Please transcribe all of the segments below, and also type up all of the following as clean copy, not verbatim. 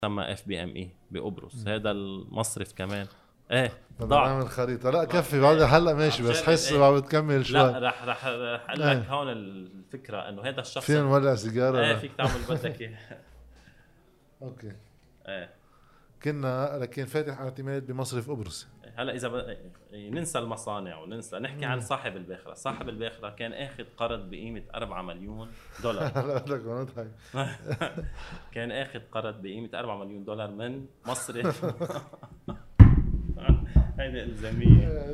سمى FBME بقبرص. هذا المصرف كمان ايه ضاع ضاع من الخريطة. لا كفي بعد هلا ماشي، بس حس بعد بتكمل شوي. لا رح اقول لك هون الفكرة انه هذا الشخص فين نولع سيجارة؟ ايه فيك تعمل بدك ايه. اوكي. ايه كنا لكن فاتح اعتماد بمصرف قبرص. هلا اذا ننسى المصانع وننسى نحكي عن صاحب الباخرة. صاحب الباخرة كان اخذ قرض بقيمة 4 مليون دولار. هلا بدك نضحك. كان اخذ قرض بقيمة 4 مليون دولار من مصرف. هيدي الزامية.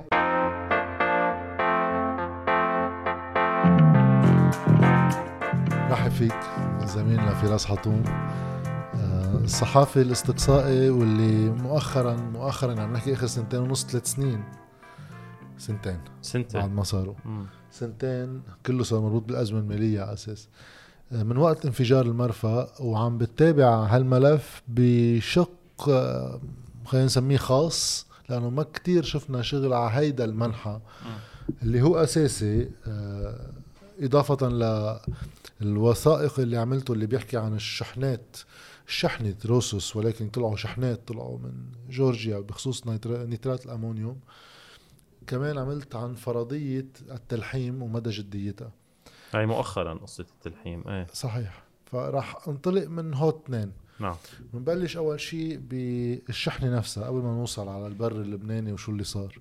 رحب فيك زميلنا فراس حطوم، الصحافي الاستقصائي واللي مؤخرا عم نحكي اخر 2.5 3 سنين، سنتين بعد ما صاروا سنتين كله صار مربوط بالأزمة المالية على أساس من وقت انفجار المرفأ، وعم بتابع هالملف بشق خلينا نسميه خاص، لأنه ما كتير شفنا شغل على هيدا المنحى اللي هو أساسي، إضافة للوثائق اللي عملته اللي بيحكي عن الشحنات، شحنة روسوس، ولكن طلعوا شحنات طلعوا من جورجيا بخصوص نيترات الأمونيوم. كمان عملت عن فرضية التلحيم ومدى جديتها، هاي مؤخرا قصة التلحيم. ايه صحيح. فراح انطلق من هوت 2. نعم. بنبلش أول شيء بالشحنة نفسها قبل ما نوصل على البر اللبناني وشو اللي صار.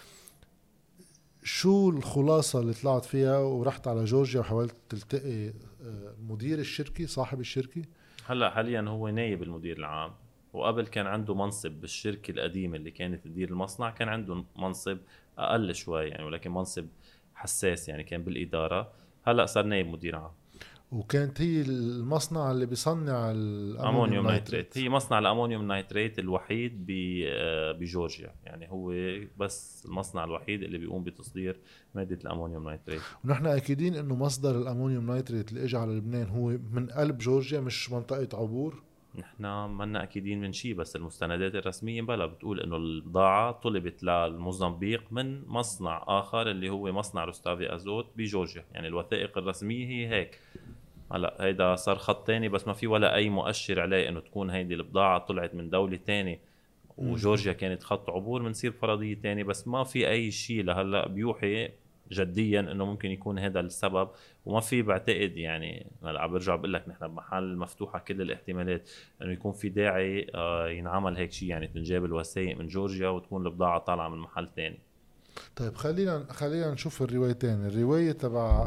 شو الخلاصة اللي طلعت فيها؟ ورحت على جورجيا وحاولت تلتقي مدير الشركة، صاحب الشركة. هلا حاليا هو نايب المدير العام، وقبل كان عنده منصب بالشركة القديمة اللي كانت تدير المصنع، كان عنده منصب أقل شوي يعني، ولكن منصب حساس يعني، كان بالإدارة. هلا صار نايب مدير عام. وكانت هي المصنع اللي بيصنع الأمونيوم نايتريت. هي مصنع الأمونيوم نايتريت الوحيد بجورجيا يعني، هو بس المصنع الوحيد اللي بيقوم بتصدير مادة الأمونيوم نايتريت. ونحن أكيدين إنه مصدر الأمونيوم نايتريت اللي إجا على لبنان هو من قلب جورجيا، مش منطقة عبور. نحن منا أكيدين من شيء، بس المستندات الرسمية بلا بتقول إنه البضاعة طلبت للموزمبيق من مصنع آخر اللي هو مصنع روستافي أزوت بجورجيا. يعني الوثائق الرسمية هي هيك. هلا هيدا صار خط تاني، بس ما في ولا أي مؤشر عليه إنه تكون هيدي البضاعة طلعت من دولة تاني وجورجيا كانت خط عبور. منصير فرضية تاني، بس ما في أي شيء لهلا بيوحي جديا انه ممكن يكون هذا السبب. وما في بعتقد يعني، هلا برجع بقول لك نحن بمحل مفتوحه كل الاحتمالات انه يكون في داعي ينعمل هيك شيء، يعني تنجاب الوثائق من جورجيا وتكون البضاعه طالعه من محل تاني. طيب خلينا نشوف الروايتين. الروايه تبع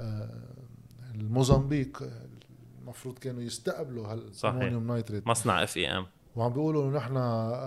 الموزمبيق المفروض كانوا يستقبلوا هالأمونيوم نايتريت، مصنع FEM، وعم بيقولوا انه نحن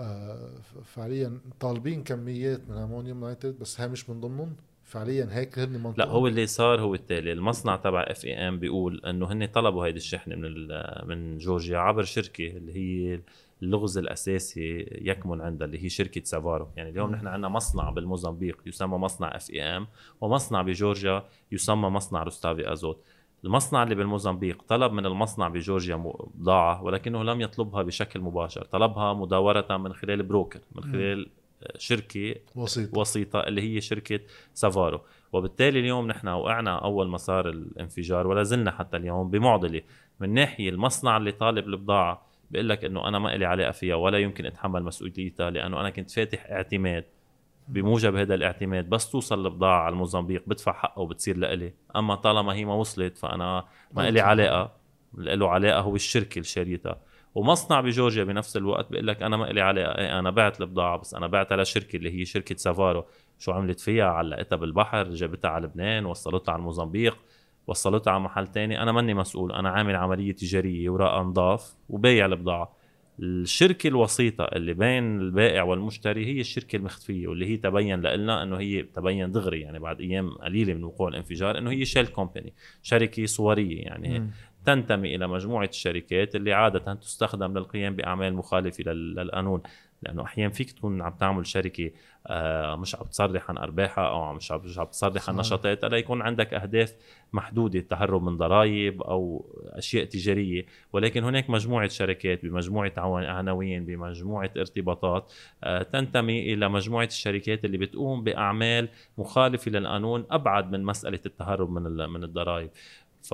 فعليا طالبين كميات من الأمونيوم نايتريت، بس هي مش من ضمنهم فعليا. هيك هن منطقة. لا هو اللي صار هو التالي. المصنع تبع FEM بيقول انه هن طلبوا هيدي الشحنه من جورجيا عبر شركه اللي هي اللغز الاساسي يكمن عندها، اللي هي شركه سافارو. يعني اليوم نحن عندنا مصنع بالموزمبيق يسمى مصنع FEM، ومصنع بجورجيا يسمى مصنع روستافي أزوت. المصنع اللي بالموزمبيق طلب من المصنع بجورجيا بضاعه، ولكنه لم يطلبها بشكل مباشر، طلبها مداوره من خلال بروكر، من خلال شركة وسيطة اللي هي شركة سافارو. وبالتالي اليوم نحن وقعنا أول ما صار الانفجار، ولا زلنا حتى اليوم بمعضلة من ناحية المصنع اللي طالب البضاعة بيقول لك إنه أنا ما إلي علاقة فيها ولا يمكن أتحمل مسؤوليتها، لأنه أنا كنت فاتح اعتماد. بموجب هذا الاعتماد بس توصل البضاعة على الموزمبيق بدفع حقه وبتصير لإلي، أما طالما هي ما وصلت فأنا ما إلي علاقة. له علاقة هو الشركة اللي شاريتها. ومصنع بجورجيا بنفس الوقت بيقول لك انا ما لي علاقه، انا بعت البضاعه بس انا بعتها لشركه اللي هي شركه سافارو. شو عملت فيها؟ علقتها بالبحر، جابتها على لبنان، وصلتها على الموزمبيق، وصلتها على محل تاني. انا ماني مسؤول، انا عامل عمليه تجاريه ورقه نضاف وبايع البضاعه. الشركه الوسيطه اللي بين البائع والمشتري هي الشركه المختفيه، واللي هي تبين لنا انه هي تبين دغري يعني بعد ايام قليله من وقوع الانفجار انه هي شيل كومباني، شركه صوريه يعني تنتمي إلى مجموعة الشركات اللي عادة تستخدم للقيام بأعمال مخالفة للقانون. لأنه أحيانا فيك تكون عم تعمل شركة مش عم تصرح عن أرباحها أو مش عم تصرح عن نشاطاتها، لا يكون عندك أهداف محدودة، تهرب من ضرائب أو أشياء تجارية. ولكن هناك مجموعة شركات بمجموعة عناوين بمجموعة ارتباطات تنتمي إلى مجموعة الشركات اللي بتقوم بأعمال مخالفة للقانون، أبعد من مسألة التهرب من الضرائب.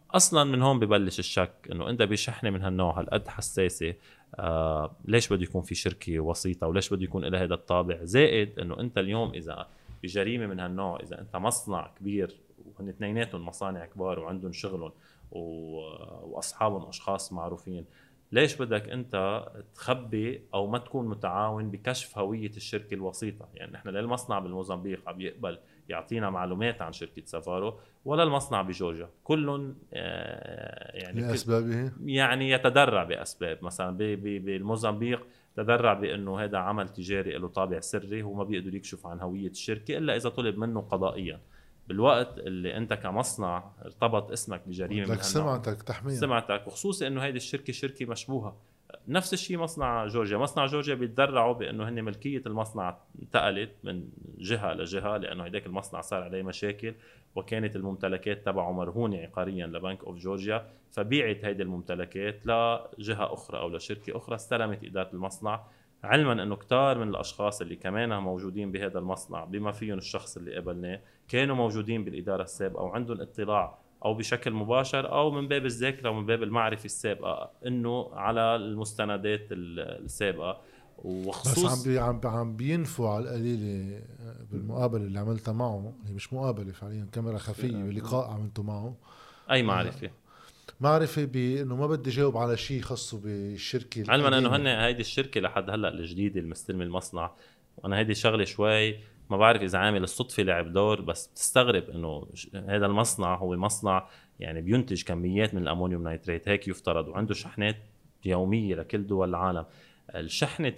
اصلا من هون ببلش الشك انه انت بشحنه من هالنوع هالقد حساسه، ليش بده يكون في شركه وسيطه وليش بده يكون لها هذا الطابع؟ زائد انه انت اليوم اذا بجريمه من هالنوع، اذا انت مصنع كبير وهن اثنيناتهم مصانع كبار وعندهم شغلهم واصحابهم اشخاص معروفين، ليش بدك انت تخبي او ما تكون متعاون بكشف هويه الشركه الوسيطه؟ يعني نحن للمصنع بالموزمبيق عم يقبل يعطينا معلومات عن شركه سافارو، ولا المصنع بجورجيا كلهم يعني لأسبابه، يعني يتدرع باسباب. مثلا بالموزمبيق تدرع بانه هذا عمل تجاري له طابع سري، هو ما بيقدر يكشف عن هويه الشركه الا اذا طلب منه قضائيا. بالوقت اللي انت كمصنع ارتبط اسمك بجريمه من سمعتك تحمية، سمعتك، وخصوصي انه هيدي الشركه شركه مشبوهه. نفس الشيء مصنع جورجيا بيتدرعوا بانه هن ملكيه المصنع انتقلت من جهه لجهه، لانه هيداك المصنع صار عليه مشاكل وكانت الممتلكات تبعه مرهونه عقاريا لبنك اوف جورجيا، فبيعت هيدي الممتلكات لجهه اخرى او لشركه اخرى استلمت اداره المصنع، علما انه كتار من الاشخاص اللي كمان موجودين بهذا المصنع بما فيهم الشخص اللي قبلناه كانوا موجودين بالاداره السابقه وعندهم اطلاع او بشكل مباشر او من باب الذاكره ومن باب المعرفه السابقه انه على المستندات السابقه. وخصوص بس عم بينفوا على القليله بالمقابله اللي عملتها معه، هي مش مقابله فعليا، كاميرا خفيه بلقاء عملته معه. اي معرفه بانه ما بدي جاوب على شيء خاصه بالشركه، علما انه هن هيدي الشركه لحد هلا الجديده المستلمه المصنع، وانا هيدي شغله شوي ما بعرف اذا عامل الصدفه لعب دور، بس بتستغرب انه هذا المصنع هو مصنع يعني بينتج كميات من الامونيوم نيتريت هيك يفترض، وعنده شحنات يوميه لكل دول العالم. الشحنه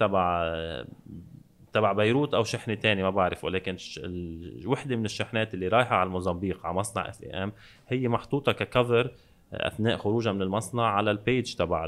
تبع بيروت او شحنه تاني ما بعرف، ولكن وحده من الشحنات اللي رايحه على الموزمبيق على مصنع FEM هي محطوطه ككفر اثناء خروجها من المصنع على البيج تبع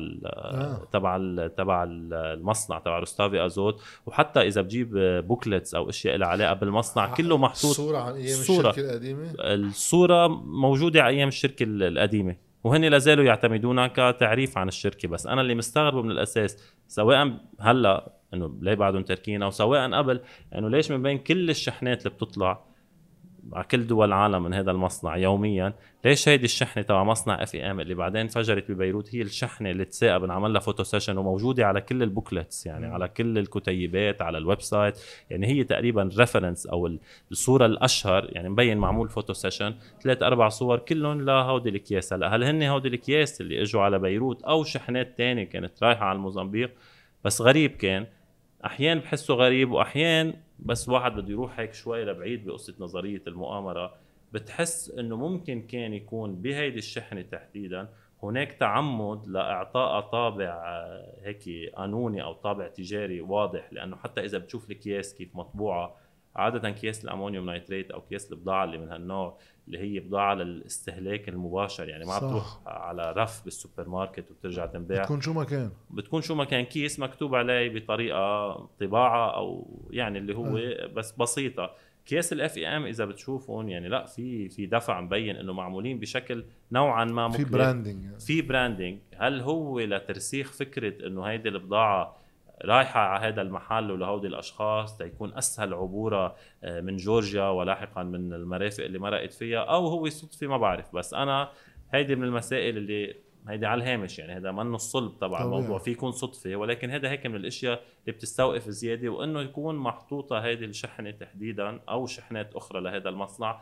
المصنع تبع روستافي ازوت. وحتى اذا بجيب بوكلتس او اشياء لها علاقه بالمصنع كله محطوط صوره عن ايام الشركه القديمه، الصوره موجوده على ايام الشركه القديمه، وهن لازالوا يعتمدونها كتعريف عن الشركه. بس انا اللي مستغربه من الاساس سواء هلا انه ليه بعدهم تركين او سواء قبل، انه ليش من بين كل الشحنات اللي بتطلع على كل دول العالم من هذا المصنع يوميا، ليش هيدي الشحنه تبع مصنع FEM اللي بعدين فجرت ببيروت هي الشحنه اللي تساقب نعمل لها فوتو سيشن وموجوده على كل البوكلتس، يعني على كل الكتيبات على الويب سايت، يعني هي تقريبا ريفرنس او الصوره الاشهر، يعني مبين معمول فوتو سيشن 3-4 صور كلهم لهودي الاكياس. هلا هل هن هودي الاكياس اللي اجوا على بيروت او شحنات تانية كانت رايحه على الموزمبيق؟ بس غريب كان، احيان بحسه غريب واحيان بس واحد بده يروح هيك شوي لبعيد بقصه نظريه المؤامره، بتحس انه ممكن كان يكون بهيدي الشحنه تحديدا هناك تعمد لاعطاء طابع هيك قانوني او طابع تجاري واضح. لانه حتى اذا بتشوف الاكياس كيف مطبوعه، عاده كياس الامونيوم نيتريت او كياس البضاعه اللي من هالنوع اللي هي بضاعه للاستهلاك المباشر، يعني ما بتروح على رف بالسوبر ماركت وبترجع تنباع، بتكون شو ما كان كيس مكتوب عليه بطريقه طباعه او يعني اللي هو بس بسيطه. كيس FEM اذا بتشوفون يعني لا في دفع مبين انه معمولين بشكل نوعا ما في براندنج، في براندنج. هل هو لترسيخ فكره انه هيدي البضاعه رايحه على هذا المحل ولهودي الاشخاص تيكون اسهل عبوره من جورجيا ولاحقا من المرافق اللي مرقت فيها، او هو صدفه ما بعرف. بس انا هيدي من المسائل اللي هيدي على الهامش، يعني هذا منه الصلب تبع الموضوع، في يكون صدفه، ولكن هذا هيك من الاشياء اللي بتستوقف زياده، وانه يكون محطوطه هذه الشحنه تحديدا او شحنات اخرى لهذا المصنع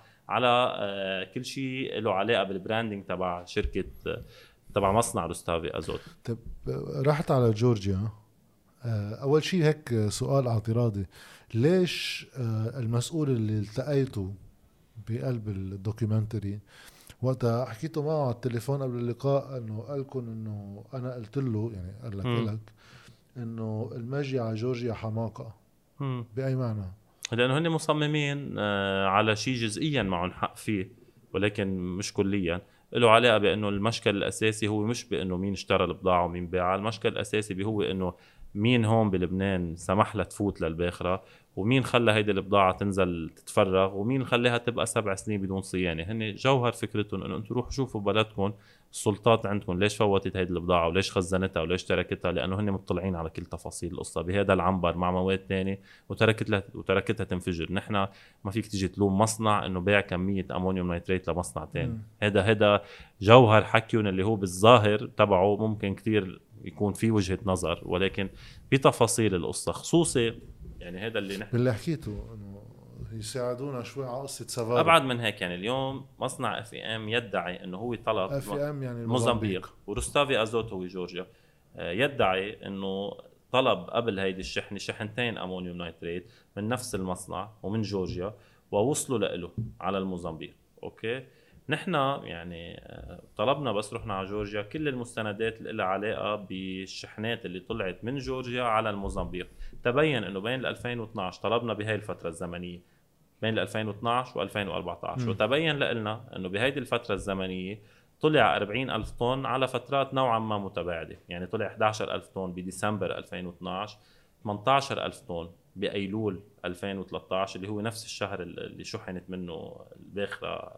على كل شيء له علاقه بالبراندنج تبع شركه تبع مصنع روستافي ازوت. طب رحت على جورجيا، اول شيء هيك سؤال اعتراضي، ليش المسؤول اللي التقيته بقلب الدوكيومنتري وقتها حكيته معه على التليفون قبل اللقاء انه قالكم انه انا قلت له، يعني قال لك لك انه المجي على جورجيا حماقه؟ باي معنى؟ لانه هن مصممين على شيء جزئيا معهم حق فيه ولكن مش كليا، له علاقه بانه المشكل الاساسي هو مش بانه مين اشترى البضاعه ومين باعها، المشكل الاساسي هو انه مين هون بلبنان سمح لها تفوت للباخرة، ومين خلى هيدي البضاعة تنزل تتفرغ، ومين خليها تبقى 7 سنين بدون صيانة. هن جوهر فكرتهم انه انتم روحوا شوفوا ببلدكم السلطات عندكم ليش فوتت هيدي البضاعة وليش خزنتها وليش تركتها، لانه هن مطلعين على كل تفاصيل القصة بهذا العنبر مع مواد تانية وتركتها تنفجر. نحن ما فيك تيجي تلوم مصنع انه باع كمية امونيوم نيتريت لمصنع تاني. هذا جوهر حكيهم اللي هو بالظاهر تبعه ممكن كتير يكون في وجهة نظر، ولكن بتفاصيل القصة خصوصي يعني هذا اللي نحن اللي حكيته انه يساعدونا شوي على قصة سافارو. ابعد من هيك يعني اليوم مصنع اف ام يدعي انه هو طلب اف ام يعني موزمبيق وروستافي ازوت هو جورجيا، يدعي انه طلب قبل هيدي الشحنه شحنتين امونيوم نيتريت من نفس المصنع ومن جورجيا ووصلوا له على الموزمبيق. اوكي نحن يعني طلبنا بس رحنا على جورجيا كل المستندات اللي لها علاقه بالشحنات اللي طلعت من جورجيا على الموزمبيق. تبين انه بين 2012 طلبنا بهاي الفتره الزمنيه بين 2012 و2014 وتبين لنا انه بهيدي الفتره الزمنيه طلع 40,000 طن على فترات نوعا ما متباعده. يعني طلع 11,000 طن بديسمبر 2012، 18,000 طن بأيلول 2013 اللي هو نفس الشهر اللي شحنت منه الباخرة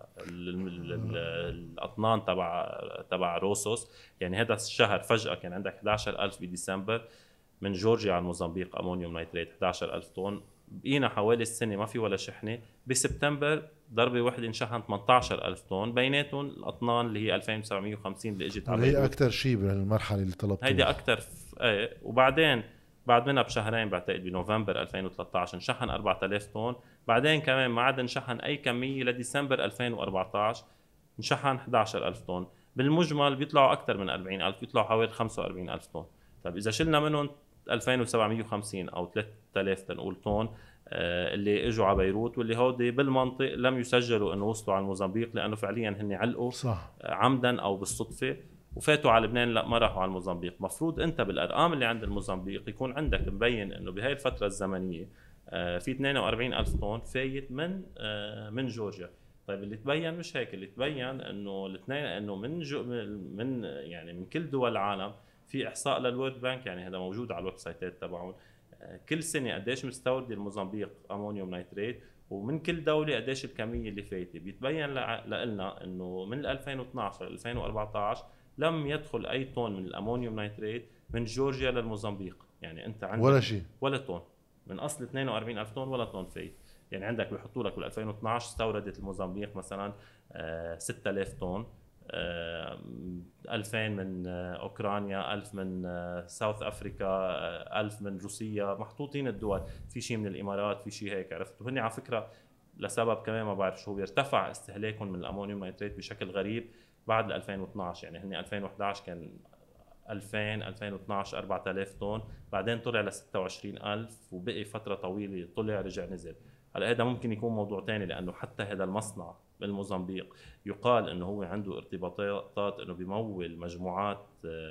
الأطنان تبع روسوس. يعني هذا الشهر فجأة كان عندك 11,000 بديسمبر من جورجيا على الموزمبيق أمونيوم نيتريت 11,000 طن. بقينا حوالي السنة ما في ولا شحنة. بسبتمبر ضربة واحدة انشحن 18,000 طن، بيناتهم الأطنان اللي هي 2750 اللي اجت على هي أكتر شيء بالمرحلة اللي طلبتها. هيدي أكتر وبعدين بعد منها بشهرين بعتقد بنوفمبر 2013 انشحن 4,000 طن. بعدين كمان ما عاد انشحن أي كمية لديسمبر 2014 انشحن 11,000 طن. بالمجمل بيطلعوا أكتر من 40,000، بيطلعوا حوالي 45,000 طن. طيب إذا شلنا منهم 2750 أو 3,000 تنقول طن اللي اجوا على بيروت واللي هودي بالمنطق لم يسجلوا انه وصلوا على الموزمبيق لانه فعليا هن علقوا صح. عمدا او بالصدفه وفاتوا على لبنان، لا ما راحوا على الموزمبيق. مفروض انت بالارقام اللي عند الموزمبيق يكون عندك مبين انه بهاي الفتره الزمنيه في 42,000 طن فايت من جورجيا. طيب اللي تبين مش هيك، اللي تبين انه الاثنين انه من يعني من كل دول العالم في احصاء للورد بانك، يعني هذا موجود على الويب سايتات تبعهم، كل سنه قديش مستورد الموزمبيق امونيوم نيتريت ومن كل دوله قديش الكميه اللي فايته. بيتبين لنا انه من 2012 ل 2014 لم يدخل اي طن من الامونيوم نيتريت من جورجيا للموزمبيق. يعني انت عندك ولا شيء، ولا طن من اصل 42,000 طن ولا طن فايت. يعني عندك بيحطوا لك بال 2012 استوردت الموزمبيق مثلا 6,000 طن، 2000 من اوكرانيا، 1000 من ساوث افريكا، 1000 من روسيا. محطوطين الدول، في شيء من الامارات، في شيء هيك عرفت. وهن على فكره لسبب كمان ما بعرف شو بيرتفع استهلاكهم من الامونيوم نيتريت بشكل غريب بعد 2012. يعني هن 2011 كان 2000 2012 4,000 طن، بعدين طلع ل 26,000 وبقي فتره طويله طلع رجع نزل. هلا هذا ممكن يكون موضوع تاني لانه حتى هذا المصنع بالموزمبيق يقال انه هو عنده ارتباطات انه بيمول مجموعات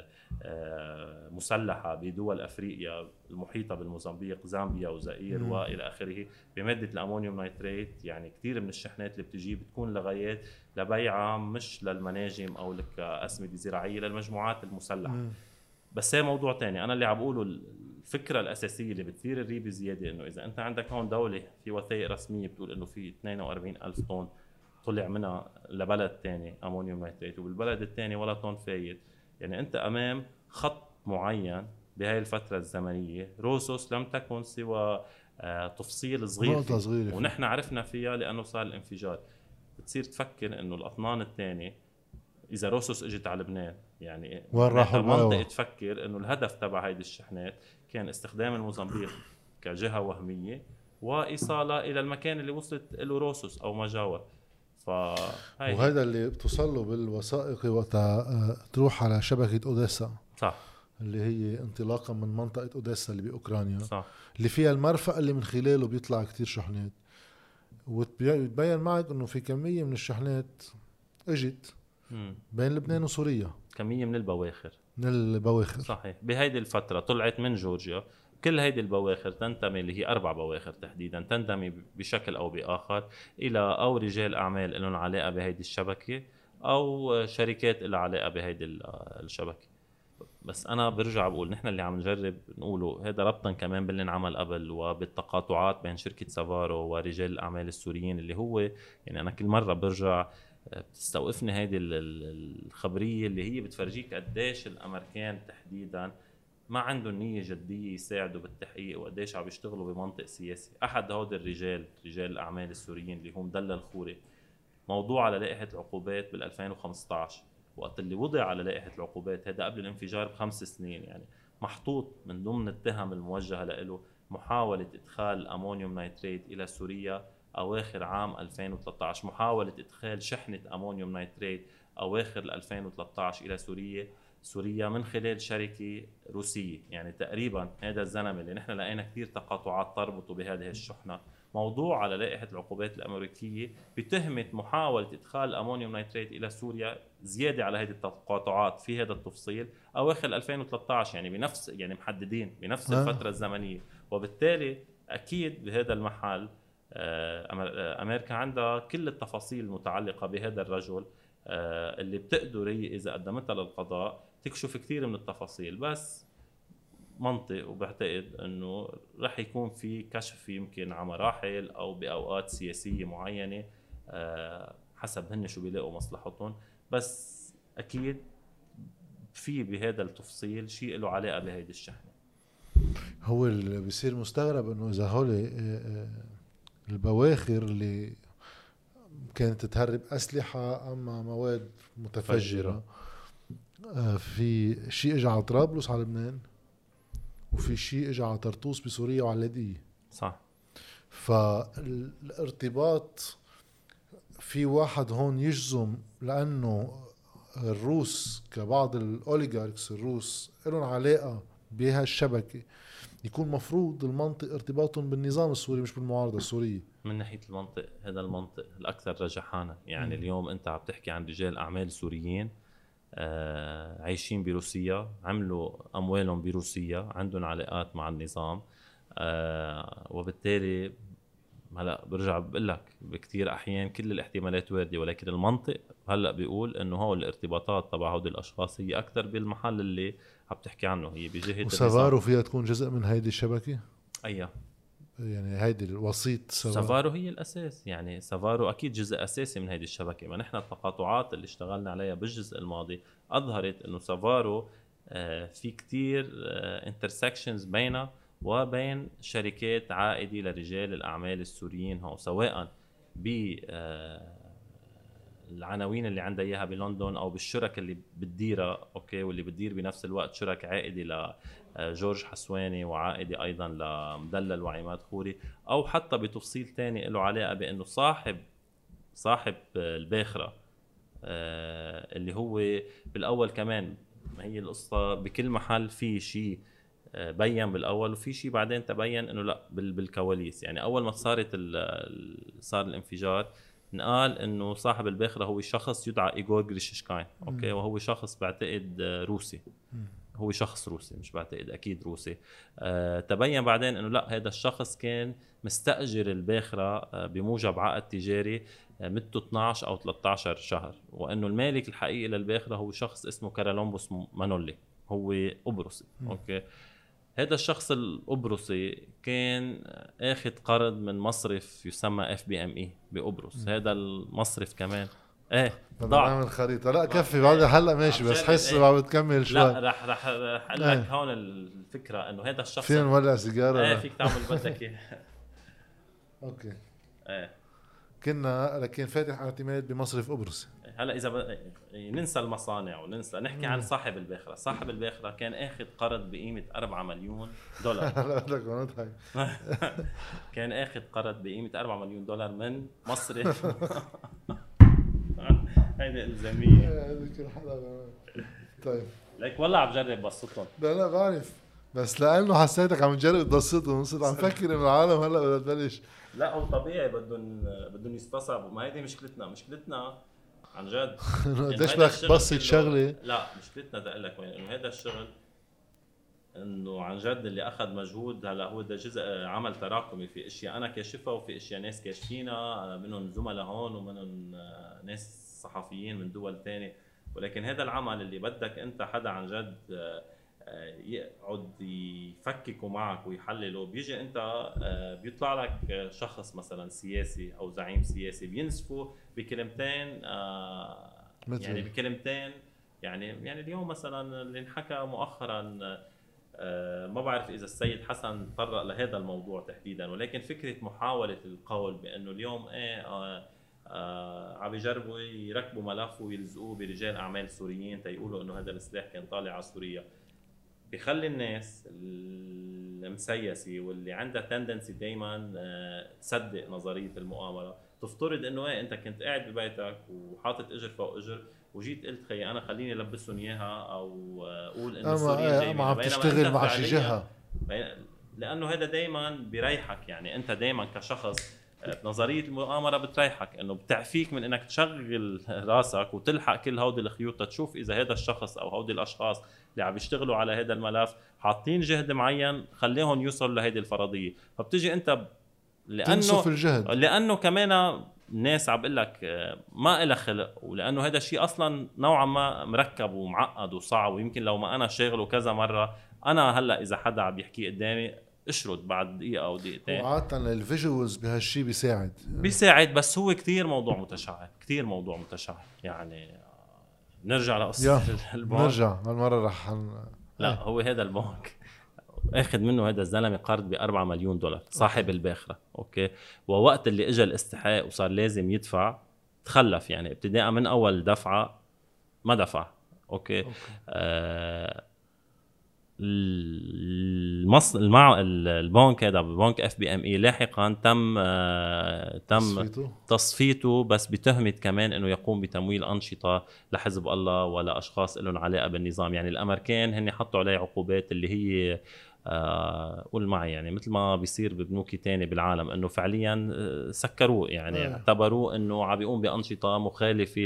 مسلحه بدول افريقيا المحيطه بالموزمبيق، زامبيا وزائر والى اخره، بماده الامونيوم نيتريت. يعني كثير من الشحنات اللي بتجي بتكون لغايات لبيعها مش للمناجم او كاسمده زراعيه، للمجموعات المسلحه. بس هي موضوع تاني. انا اللي عم بقوله الفكره الاساسيه اللي بتثير الريبه زياده انه اذا انت عندك هون دوله في وثائق رسميه بتقول انه في 42,000 طن طلع منها لبلد تاني امونيوم نيتريت وبالبلد الثاني ولا طن فايت، يعني انت امام خط معين بهاي الفتره الزمنيه. روسوس لم تكن سوى تفصيل صغير فيه. ونحن عرفنا فيها لانه صار الانفجار. بتصير تفكر انه الاطنان الثانيه اذا روسوس اجت على لبنان، يعني وين راحوا المنطق تفكر انه الهدف تبع هيدي الشحنات كان استخدام الموزمبيق كجهه وهميه وايصالها الى المكان اللي وصلت له روسوس او ما جاور. وهذا اللي بتوصل له بالوثائق وقتها تروح على شبكه اوديسا، صح، اللي هي انطلاقا من منطقه اوديسا اللي باوكرانيا، صح، اللي فيها المرفأ اللي من خلاله بيطلع كتير شحنات. وتبين معك انه في كميه من الشحنات اجت بين لبنان وسوريا، كمية من البواخر صحيح. بهيدي الفترة طلعت من جورجيا. كل هيدي البواخر تنتمي، اللي هي 4 بواخر تحديدا، تنتمي بشكل أو بآخر إلى أو رجال أعمال لهم علاقة بهيدي الشبكة أو شركات لها علاقة بهيدي الشبكة. بس انا برجع بقول نحن اللي عم نجرب نقوله هذا ربطا كمان باللي انعمل قبل وبالتقاطعات بين شركه سافارو ورجال الاعمال السوريين اللي هو يعني انا كل مره برجع بتستوقفني هيدي الخبريه اللي هي بتفرجيك قديش الامريكان تحديدا ما عندهم نيه جديه يساعدوا بالتحقيق وقديش عم يشتغلوا بمنطق سياسي. احد هود الرجال رجال الاعمال السوريين اللي هو مدلل خوري موضوع على لائحه العقوبات بال 2015 وقت اللي وضع على لائحة العقوبات هذا قبل الانفجار ب5 سنين يعني محطوط من ضمن التهم الموجهة له محاولة إدخال أمونيوم نايتريت إلى سوريا أواخر عام 2013 محاولة إدخال شحنة أمونيوم نايتريت أواخر 2013 إلى سوريا من خلال شركة روسية. يعني تقريبا هذا الزلمة اللي نحن لقينا كثير تقاطعات تربطه بهذه الشحنة موضوع على لائحة العقوبات الأمريكية بتهمة محاولة إدخال أمونيوم نايتريت إلى سوريا زيادة على هذه التقاطعات في هذا التفصيل أواخر 2013 يعني بنفس يعني محددين بنفس الفترة الزمنية. وبالتالي أكيد بهذا المحل أمريكا عندها كل التفاصيل المتعلقة بهذا الرجل اللي بتقدر إذا قدمتها للقضاء تكشف كثير من التفاصيل. بس منطق وبعتقد انه رح يكون في كشف يمكن على مراحل او باوقات سياسيه معينه حسب هن شو بيلاقوا مصلحتهم. بس اكيد في بهذا التفصيل شيء له علاقه بهيدي الشحنه. هو اللي بيصير مستغرب انه اذا هول البواخر اللي كانت تهرب اسلحه اما مواد متفجره في شيء اجى على طرابلس على لبنان وفي شيء اجى على طرطوس بسوريا وعلى اللاذقية. صح. فالارتباط في واحد هون يجزم لانه الروس كبعض الاوليغاركس الروس لهم علاقه بهالشبكه يكون مفروض المنطق ارتباطهم بالنظام السوري مش بالمعارضه السوريه. من ناحيه المنطق هذا المنطق الاكثر رجحانا يعني اليوم انت عم تحكي عن رجال اعمال سوريين عايشين بروسيا عملوا أموالهم بروسيا عندهم علاقات مع النظام وبالتالي هلا برجع بقول لك بكثير أحيان كل الاحتمالات واردة ولكن المنطق هلا بيقول إنه هو الارتباطات تبع هؤلاء الأشخاص هي أكثر بالمحل اللي عم تحكي عنه هي بجهة وسافارو فيها تكون جزء من هيدي الشبكة أيوة يعني هيدي الوسيط سافارو هي الأساس يعني سافارو أكيد جزء أساسي من هيدي الشبكة. ما نحن التقاطعات اللي اشتغلنا عليها بالجزء الماضي أظهرت أنه سافارو في كتير intersections بينه وبين شركات عائدة لرجال الأعمال السوريين هون سواء بالعناوين اللي عندها إياها بلندن أو بالشركة اللي بتديرها أوكي واللي بتدير بنفس الوقت شركة عائدة جورج حسواني وعائدة أيضا لمدلل وعماد خوري أو حتى بتفصيل تاني له علاقة بأنه صاحب الباخرة اللي هو بالأول كمان ما هي القصة بكل محل في شيء بيّن بالأول وفي شيء بعدين تبين أنه لا بالكواليس. يعني أول ما صار الانفجار نقال أنه صاحب الباخرة هو شخص يدعى إيغور غريششكاين أوكي وهو شخص بعتقد روسي هو شخص روسي مش بعتقد أكيد روسي. تبين بعدين أنه لا هذا الشخص كان مستأجر الباخرة بموجب عقد تجاري مدته 12 أو 13 شهر وأنه المالك الحقيقي للباخرة هو شخص اسمه كارالومبوس مانولي هو أبرصي أوكي. هذا الشخص الأبرصي كان أخذ قرض من مصرف يسمى FBME بأبرص. هذا المصرف كمان ضاع عامل خريطة لا كفي بعد هلا ماشي بس حس بعد بتكمل شوي. لا رح اقول لك هون الفكرة انه هذا الشخص فين ولا سيجارة فيك تعمل بدك اياه اوكي كنا لكن فاتح اعتماد بمصرف قبرص. هلا اذا ننسى المصانع وننسى نحكي عن صاحب الباخرة. صاحب الباخرة كان اخذ قرض بقيمة 4 مليون دولار كان اخذ قرض بقيمة 4 مليون دولار من مصرف هيدي الزامية هذيك الحلقة. طيب ليك والله عم جرب بسطهم. لا بعرف بس لانه حسيتك عم تجرب تبسطهم صرت عم فكر انه العالم هلا بدها تبلش. لا هو طبيعي بدهم يستصعبوا. ما هيدي مشكلتنا عن جد قديش بدك تبسط شغله. لا مشكلتنا بدي اقول لك وين انه هذا الشغل انه عن جد اللي اخذ مجهود. هلا هو ده جزء عمل تراكمي في اشياء انا كاشفها وفي اشياء ناس كاشفينها منهم زملاء هون ومنهم ناس صحفيين من دول تانية ولكن هذا العمل اللي بدك انت حدا عن جد يقعد يفككوا معك ويحللوا، بيجي انت بيطلع لك شخص مثلا سياسي او زعيم سياسي بينسفوا بكلمتين، يعني بكلمتين يعني اليوم مثلا اللي انحكى مؤخرا، ما بعرف اذا السيد حسن تطرق لهذا الموضوع تحديدا، ولكن فكره محاوله القول بانه اليوم عم يجربوا يركبوا ملف ويلزقوه برجال اعمال سوريين تيقولوا انه هذا السلاح كان طالع على سوريا، بيخلي الناس المسيسه واللي عندها تندنسي دائما تصدق نظريه المؤامره، تفترض انه انت كنت قاعد ببيتك وحاطط اجر فوق اجر وجيت قلت خي انا خليني البسهم اياها او اقول انه سوريا جاي ما عم تشتغل مع شي جهه، لانه هذا دائما بيريحك. يعني انت دائما كشخص نظريه المؤامره بتريحك، انه بتعفيك من انك تشغل راسك وتلحق كل هودي الخيوط تشوف اذا هذا الشخص او هودي الاشخاص اللي عم يشتغلوا على هذا الملف حاطين جهد معين خليهم يوصلوا لهيدي الفرضيه. فبتجي انت لانه كمان الناس عم بقول لك ما إلها خلق، ولانه هذا الشيء اصلا نوعا ما مركب ومعقد وصعب، ويمكن لو ما انا شاغله كذا مره انا هلا اذا حدا عم يحكي قدامي اشرد بعد دقيقه او دقيقتين. وعادة الفيجوالز بهالشيء بيساعد، بس هو كتير موضوع متشعب يعني نرجع لقصه البنك. نرجع هالمره رح لا هو هذا البنك اخذ منه هذا الزلمه قرض ب$4 مليون صاحب الباخره، اوكي، ووقت اللي اجى الاستحقاق وصار لازم يدفع تخلف، يعني ابتداء من اول دفعه ما دفع، اوكي. البنك هذا بنك FBME لاحقا تم تصفيته بس بتهمه كمان انه يقوم بتمويل انشطه لحزب الله ولا اشخاص لهم علاقه بالنظام. يعني الامريكان هن حطوا عليه عقوبات اللي هي قول معي يعني مثل ما بيصير ببنوك تاني بالعالم، انه فعليا سكروه، يعني اعتبروه انه عم بيقوم بانشطه مخالفه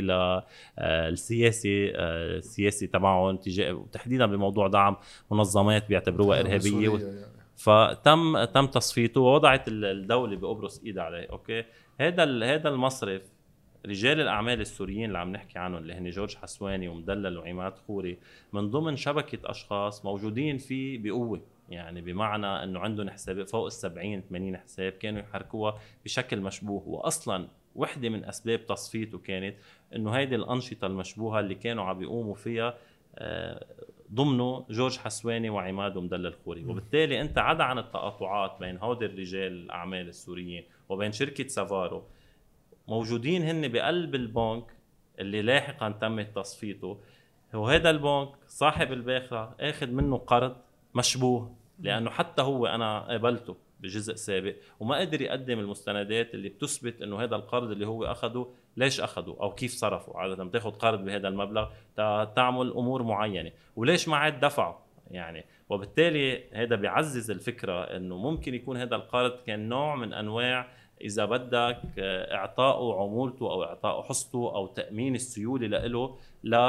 للسياسي تبعهم تحديدا بموضوع دعم منظمات بيعتبروها ارهابيه يعني. فتم تصفيته ووضعت الدوله بقبرص ايدها عليه، اوكي. هذا المصرف رجال الاعمال السوريين اللي عم نحكي عنهم اللي هن جورج حسواني ومدلل وعماد خوري من ضمن شبكه اشخاص موجودين فيه بقوه، يعني بمعنى انه عندهم حسابات فوق 70-80 حساب كانوا يحركوها بشكل مشبوه، واصلا وحده من اسباب تصفيته كانت انه هيدي الانشطه المشبوهه اللي كانوا عم بيقوموا فيها ضمنه جورج حسواني وعماد ومدلل خوري. وبالتالي انت عدا عن التقاطعات بين هودي الرجال الاعمال السوريين وبين شركه سافارو موجودين هن بقلب البنك اللي لاحقا تم تصفيته. وهذا البنك صاحب الباخرة اخذ منه قرض مشبوه، لانه حتى هو انا قابلته بجزء سابق وما قدر يقدم المستندات اللي بتثبت انه هذا القرض اللي هو اخذه ليش اخذه او كيف صرفه. عادة بتاخذ قرض بهذا المبلغ تعمل امور معينة وليش ما عاد دفعه يعني. وبالتالي هذا بيعزز الفكرة انه ممكن يكون هذا القرض كان نوع من انواع إذا بدك إعطائه عمولته أو إعطائه حصته أو تأمين السيولة له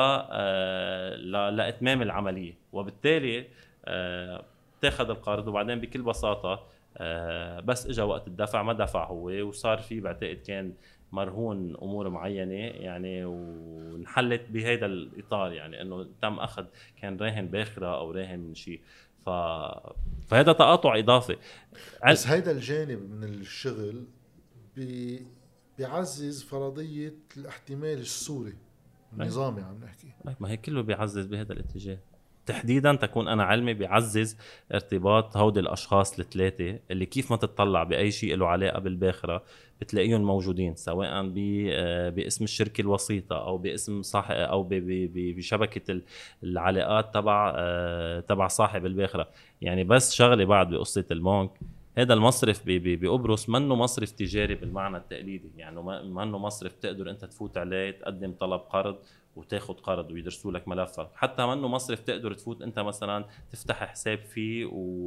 لإتمام العملية. وبالتالي تاخذ القرض وبعدين بكل بساطة بس إجا وقت الدفع ما دفع هو، وصار في بعتقد كان مرهون أمور معينة يعني، ونحلت بهذا الإطار يعني إنه تم أخذ كان راهن باخرة أو راهن شيء. فهذا تقاطع إضافي. بس هيدا الجانب من الشغل بيعزز فرضية الاحتمال السوري النظامي عم نحكي. ما هي كله بيعزز بهذا الاتجاه تحديدا. تكون أنا علمي بيعزز ارتباط هودي الأشخاص الثلاثة اللي كيف ما تتطلع بأي شيء له علاقة بالباخرة بتلاقيهم موجودين، سواء باسم الشركة الوسيطة أو باسم صاحب أو بشبكة العلاقات تبع صاحب الباخرة. يعني بس شغلة بعد بقصة البنك، هذا المصرف بقبرص منه مصرف تجاري بالمعنى التقليدي، يعني منه مصرف تقدر أنت تفوت عليه تقدم طلب قرض وتاخد قرض ويدرسوا لك ملفك. حتى منه مصرف تقدر تفوت انت مثلا تفتح حساب فيه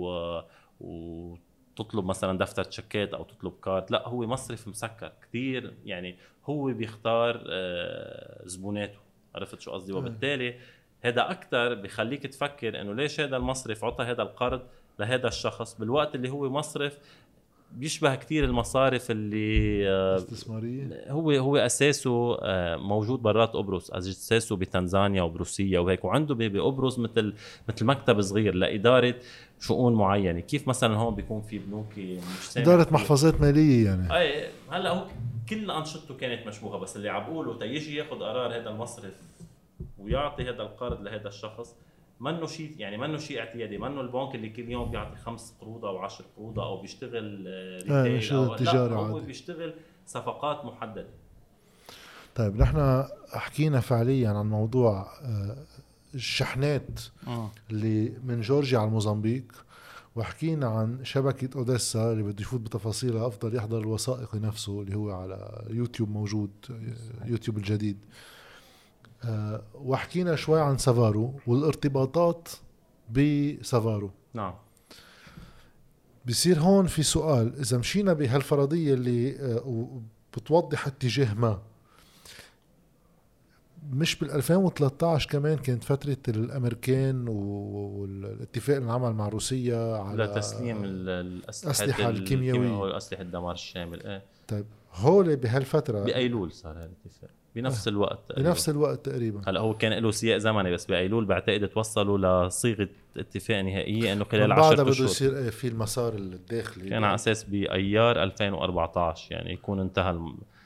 وتطلب مثلا دفتر تشيكات او تطلب كارت، لا هو مصرف مسكر كتير، يعني هو بيختار زبوناته. عرفت شو قصدي؟ وبالتالي هذا اكتر بيخليك تفكر انه ليش هذا المصرف عطى هذا القرض لهذا الشخص بالوقت اللي هو مصرف بيشبه كتير المصارف اللي استثمارية. هو اساسه موجود برات قبرص، اساسه بتنزانيا وبروسيا وهيك، وعنده بقبرص مثل مكتب صغير لاداره شؤون معينه. كيف مثلا هون بيكون في بنوك مش اداره محفظات ماليه يعني. اي هلا هو كل انشطته كانت مشبوهه، بس اللي عم بقوله تيجي ياخذ قرار هذا المصرف ويعطي هذا القرض لهذا الشخص، منه شيء يعني منه شيء اعتيادي، منه البنك اللي كل يوم بيعطي 5 قروض او 10 قروض او بيشتغل ريتيل او تجاري، هو بيشتغل صفقات محدده. طيب نحن حكينا فعليا عن موضوع الشحنات اللي من جورجيا على الموزمبيق، وحكينا عن شبكة أوديسا اللي بده يفوت بتفاصيلها أفضل يحضر الوثائقي نفسه اللي هو على يوتيوب موجود، يوتيوب الجديد. وحكينا شوي عن سافارو والارتباطات بسافارو. نعم. بيصير هون في سؤال، إذا مشينا بهالفرضية اللي بتوضح اتجاه ما، مش بال2013 كمان كانت فترة الأمريكان والاتفاق اللي انعمل مع روسيا على تسليم الأسلحة الكيميائية والأسلحة الدمار الشامل. طيب هول بهالفترة بأيلول صار هذا الاتفاق بنفس الوقت تقريبا. بنفس الوقت تقريبا. هلا هو كان له سياق زمني، بس بأيلول بعتقد توصلوا لصيغة اتفاق نهائية انه خلال 10 اشهر بده يصير في المسار الداخلي. كان على اساس بأيار 2014 يعني يكون انتهى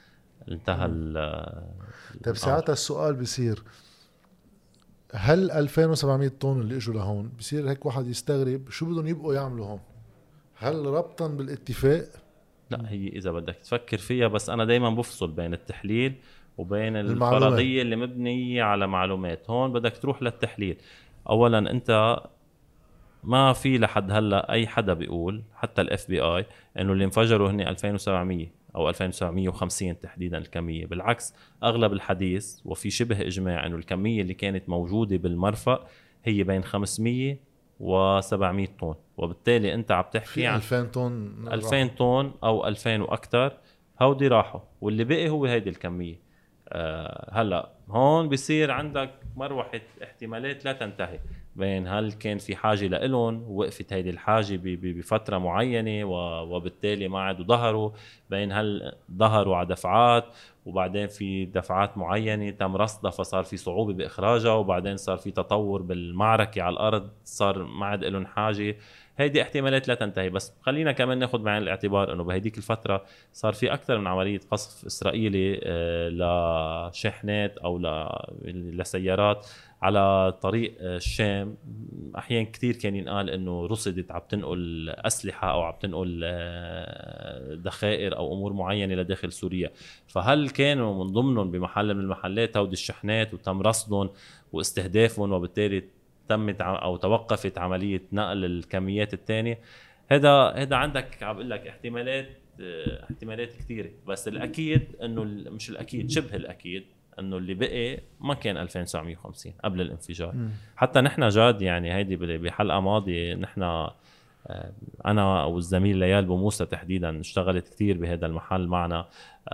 طيب ساعتها السؤال بيصير، هل 2700 طن اللي اجوا لهون بيصير هيك واحد يستغرب شو بدهم يبقوا يعملوا هون؟ هل ربطا بالاتفاق؟ لا، هي اذا بدك تفكر فيها، بس انا دايما بفصل بين التحليل وبين الفرضية اللي مبنية على معلومات. هون بدك تروح للتحليل. اولا انت ما في لحد هلا اي حدا بيقول، حتى الاف بي اي، انه اللي انفجروا هن 2700 او 2750 تحديدا الكميه. بالعكس، اغلب الحديث وفي شبه اجماع انه الكميه اللي كانت موجوده بالمرفأ هي بين 500 و700 طن، وبالتالي انت عم تحكي عن 2000 طن 2000 طن او 2000 واكثر هودي راحوا، واللي بقي هو هيدي الكميه. هلا هون بيصير عندك مروحه احتمالات لا تنتهي، بين هل كان في حاجه لإلهم ووقفت هيدي الحاجه بفتره معينه وبالتالي ما عادوا ظهروا، بين هل ظهروا على دفعات وبعدين في دفعات معينه تم رصدها فصار في صعوبه باخراجها، وبعدين صار في تطور بالمعركه على الارض صار ما عاد لهم حاجه. هيدي احتمالات لا تنتهي. بس خلينا كمان ناخذ بعين الاعتبار انه بهديك الفتره صار في اكثر من عمليه قصف اسرائيلي لشحنات او لسيارات على طريق الشام. احيانا كثير كان ينقال انه رصدت عم تنقل اسلحه او عم تنقل ذخائر او امور معينه لداخل سوريا. فهل كانوا من ضمنهم بمحل من المحلات هودي الشحنات وتم رصدهم واستهدافهم، وبالتالي تمت او توقفت عمليه نقل الكميات الثانيه؟ هذا عندك عم بقول لك احتمالات كثيره. بس الاكيد انه مش الاكيد، شبه الاكيد انه اللي بقي ما كان 2950 قبل الانفجار. حتى نحن جاد يعني هيدي بحلقه ماضيه نحن انا والزميل ليال بوموسى تحديدا اشتغلت كثير بهذا المحل معنا.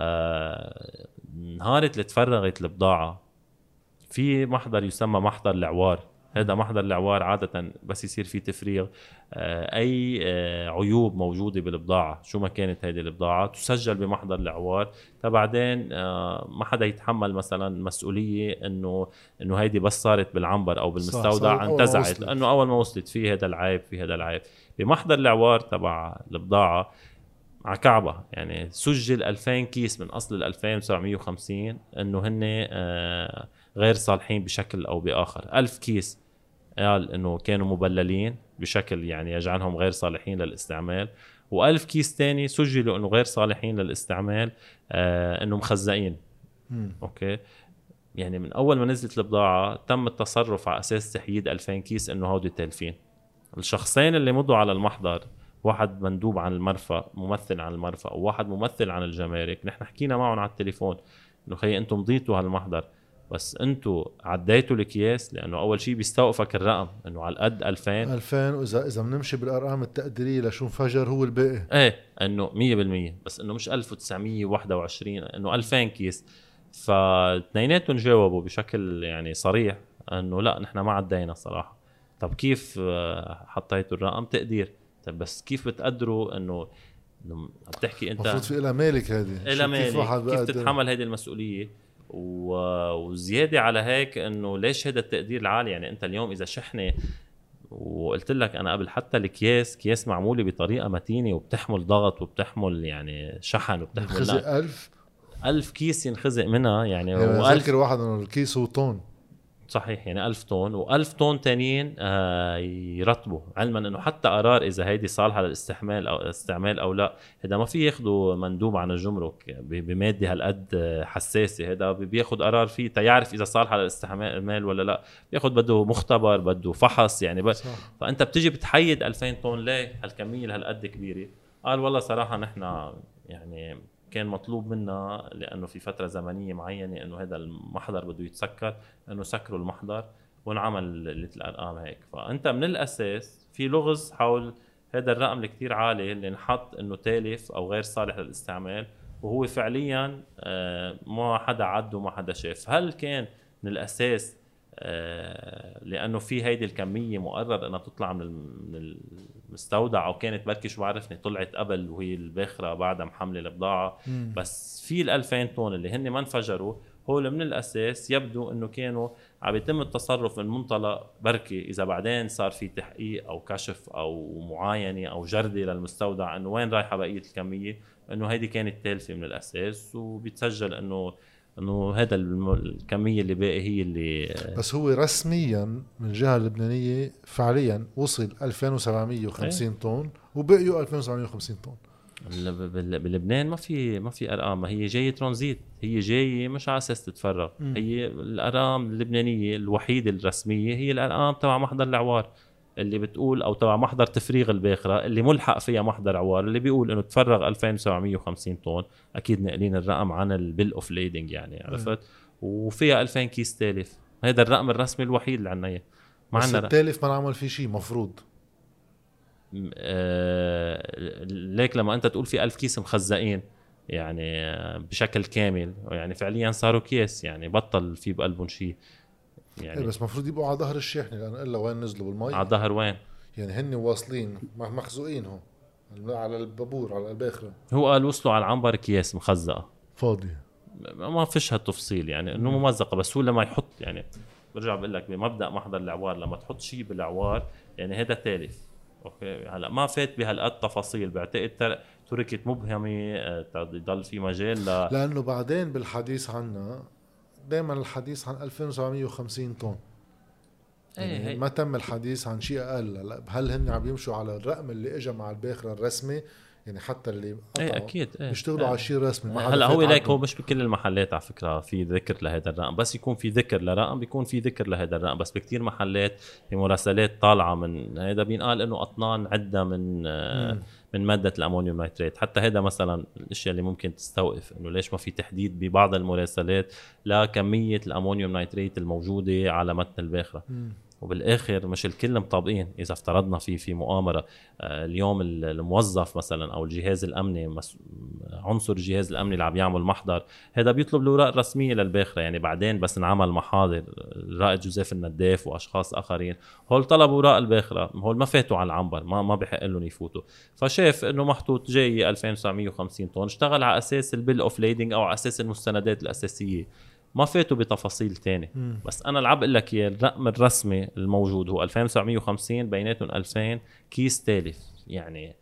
نهارت اللي تفرغت البضاعه في محضر يسمى محضر العوار. هذا محضر العوار عادة بس يصير فيه تفريغ أي عيوب موجودة بالبضاعة، شو ما كانت هذه البضاعة تسجل بمحضر العوار. بعدين ما حدا يتحمل مثلا مسؤولية إنه هيدي بس صارت بالعنبر أو بالمستودع انتزعت، لأنه أول ما وصلت فيه هذا العيب في هذا العيب. بمحضر العوار تبع البضاعة على كعبة يعني سجل 2000 كيس من أصل 2750 إنه هن غير صالحين بشكل أو بآخر. 1000 كيس قال إنه كانوا مبللين بشكل يعني يجعلهم غير صالحين للاستعمال، و1000 كيس تاني سجلوا إنه غير صالحين للاستعمال إنه مخزقين. أوكي، يعني من أول ما نزلت البضاعة تم التصرف على أساس تحييد 2000 كيس إنه هودي تالفين. الشخصين اللي مضوا على المحضر، واحد مندوب عن المرفأ ممثل عن المرفأ وواحد ممثل عن الجمارك، نحن حكينا معهم على التليفون إنه خي أنتم مضيتوا هالمحضر بس أنتوا عديتوا الأكياس، لأنه أول شيء بيستوقفك الرقم إنه على القد 2000 وإذا بنمشي بالأرقام التقديرية لشو انفجر هو الباقي إيه إنه 100%، بس إنه مش 1921 إنه 2000 كيس. فاثنيناتهم جاوبوا بشكل يعني صريح إنه لا نحن ما عدينا صراحة. طب كيف حطيتوا الرقم؟ تقدير. طب بس كيف بتقدروا إنه عم تحكي انت المفروض في لها مالك، هذه كيف تتحمل هذه المسؤوليه وزياده على هيك انه ليش هذا التقدير العالي. يعني انت اليوم اذا شحنه، وقلت لك انا قبل حتى الكياس معموله بطريقه متينه وبتحمل ضغط وبتحمل يعني شحن وبتحمل 1000 كيس ينخزق منها يعني ذكر واحد من الكيس هو طن. صحيح، يعني 1000 طن و1000 طن تانيين يرتبوا، علما انه حتى قرار اذا هيدي صالحه للاستعمال او استعمال او لا، هذا ما في ياخذوا مندوب عن الجمرك بماده هالقد حساسه. هذا بياخذ قرار فيه تيعرف اذا صالحه للاستعمال ولا لا، بياخذ بده مختبر، بده فحص يعني فانت بتجي بتحيد 2000 طن ليه هالكميه هالقد كبيره؟ قال والله صراحه نحن يعني كان مطلوب منا لانه في فتره زمنيه معينه انه هذا المحضر بده يتسكر، انه سكروا المحضر ونعمل الارقام هيك. فانت من الاساس في لغز حول هذا الرقم اللي كتير عالي اللي نحط انه تالف او غير صالح للاستعمال، وهو فعليا ما حدا عد وما حدا شاف. هل كان من الاساس لانه في هيدي الكميه مقرر انها تطلع من المستودع، او كانت بركي شو بعرفني طلعت قبل وهي الباخره بعدها محمله البضاعه؟ بس في ال2000 طن اللي هن ما انفجروا، هول من الاساس يبدو انه كانوا عم يتم التصرف من منطلق بركي اذا بعدين صار في تحقيق او كشف او معاينه او جرده للمستودع انه وين رايحه بقيه الكميه، انه هيدي كانت تالفه من الاساس، وبيتسجل انه هذا الكميه اللي باقي هي اللي بس هو رسميا من الجهه اللبنانيه فعليا وصل 2750 طن وبقيوا 2750 طن. بلبنان ما في ارقام، ما هي جايه ترانزيت، هي جايه مش على اساس تتفرغ. هي الارقام اللبنانيه الوحيده الرسميه هي الارقام تبع محضر العوار اللي بتقول، او تبع محضر تفريغ الباخره اللي ملحق فيها محضر عوار اللي بيقول انه تفرغ 2750 طن. اكيد ناقلين الرقم عن البيل اوف ليدنج يعني، عرفت؟ وفيها 2000 كيس تالف. هذا الرقم الرسمي الوحيد اللي عنا اياه. بس التالف ما نعمل فيه شيء مفروض. ليك لما انت تقول في 1000 كيس مخزقين يعني بشكل كامل، يعني فعليا صاروا كيس، يعني بطل في بقلبهم شيء يعني. بس مفروض يبقوا على ظهر الشاحنه، لان الا وين نزلوا بالمي على ظهر وين يعني هن واصلين مخزوقين هون على البابور على الباخره. هو قال وصلوا على العنبر اكياس مخزقه فاضيه، ما فيش هالتفصيل يعني انه ممزقه. بس هو لما يحط يعني برجع بقول لك بمبدا محضر العوار، لما تحط شيء بالعوار يعني هذا تالف. اوكي هلا ما فات بهالقد تفاصيل، بعتقد تركت مبهمه يضل في مجال لانه بعدين بالحديث عنا دائما الحديث عن 2750 طن يعني ما تم الحديث عن شيء اقل. هل هن عم يمشوا على الرقم اللي اجى مع الباخره الرسمي؟ يعني حتى اللي اكيد بيشتغلوا على شيء رسمي. هلا هو ليك هو مش بكل المحلات على فكره في ذكر لهذا الرقم، بس يكون في ذكر لرقم بيكون في ذكر لهذا الرقم. بس بكتير محلات في مراسلات طالعه من هذا بينقال انه اطنان عده من ماده الامونيوم نيتريت. حتى هذا مثلا الاشياء اللي ممكن تستوقف انه ليش ما في تحديد ببعض المراسلات لكميه الامونيوم نيتريت الموجوده على متن الباخره. وبالاخر مش الكل مطابقين. اذا افترضنا في مؤامره اليوم الموظف مثلا او الجهاز الامني عنصر الجهاز الامني اللي عم يعمل محضر، هذا بيطلب الاوراق الرسميه للباخره. يعني بعدين بس انعمل محاضر الرائد جوزيف النداف واشخاص اخرين، هول طلبوا اوراق الباخره، هول ما فاتوا على العنبر، ما بحق لهم يفوتوا. فشاف انه محطوط جاي 2950 طن، اشتغل على اساس البيل اوف ليدنج او على اساس المستندات الاساسيه، ما فاتوا بتفاصيل تاني. بس انا العب اقول لك الرقم الرسمي الموجود هو 2750 بيناتهم 2000 كيس تالف. يعني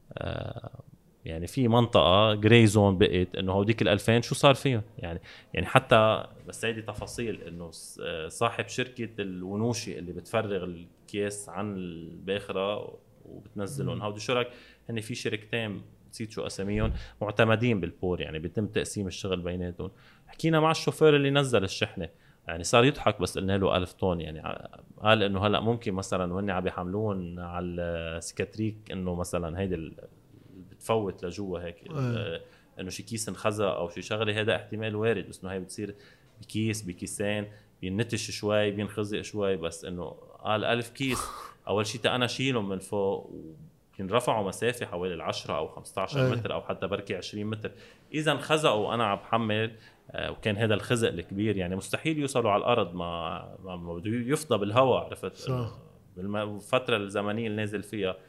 يعني في منطقه جراي زون بقت انه هوديك ال2000 شو صار فيهم يعني حتى بس هيدي تفاصيل انه صاحب شركه الونوشي اللي بتفرغ الكيس عن الباخره وبتنزلهم، هودي شرك هن في شركتين نسيت شو اساميهم معتمدين بالبور، يعني بيتم تقسيم الشغل بيناتهم. حكينا مع الشوفير اللي نزل الشحنه يعني صار يضحك، بس قلنا له 1000 طن. يعني قال انه هلا ممكن مثلا وهن عم يحملون على السكاتريك انه مثلا هيدي بتفوت لجوا هيك انه شي كيس انخزق او شي شغله، هذا احتمال وارد، بس انه هي بتصير بكيسين بينتش شوي بينخزق شوي. بس انه قال 1000 كيس اول شيء انا شيلهم من فوق رفعوا مسافه حوالي 10 او 15 متر او حتى بركي 20 متر، اذا انخزقوا وانا عم بحمل وكان هذا الخزق الكبير يعني مستحيل يوصلوا على الارض، ما بده يفضى بالهواء، عرفت؟ بالفتره الزمنيه اللي نازل فيها.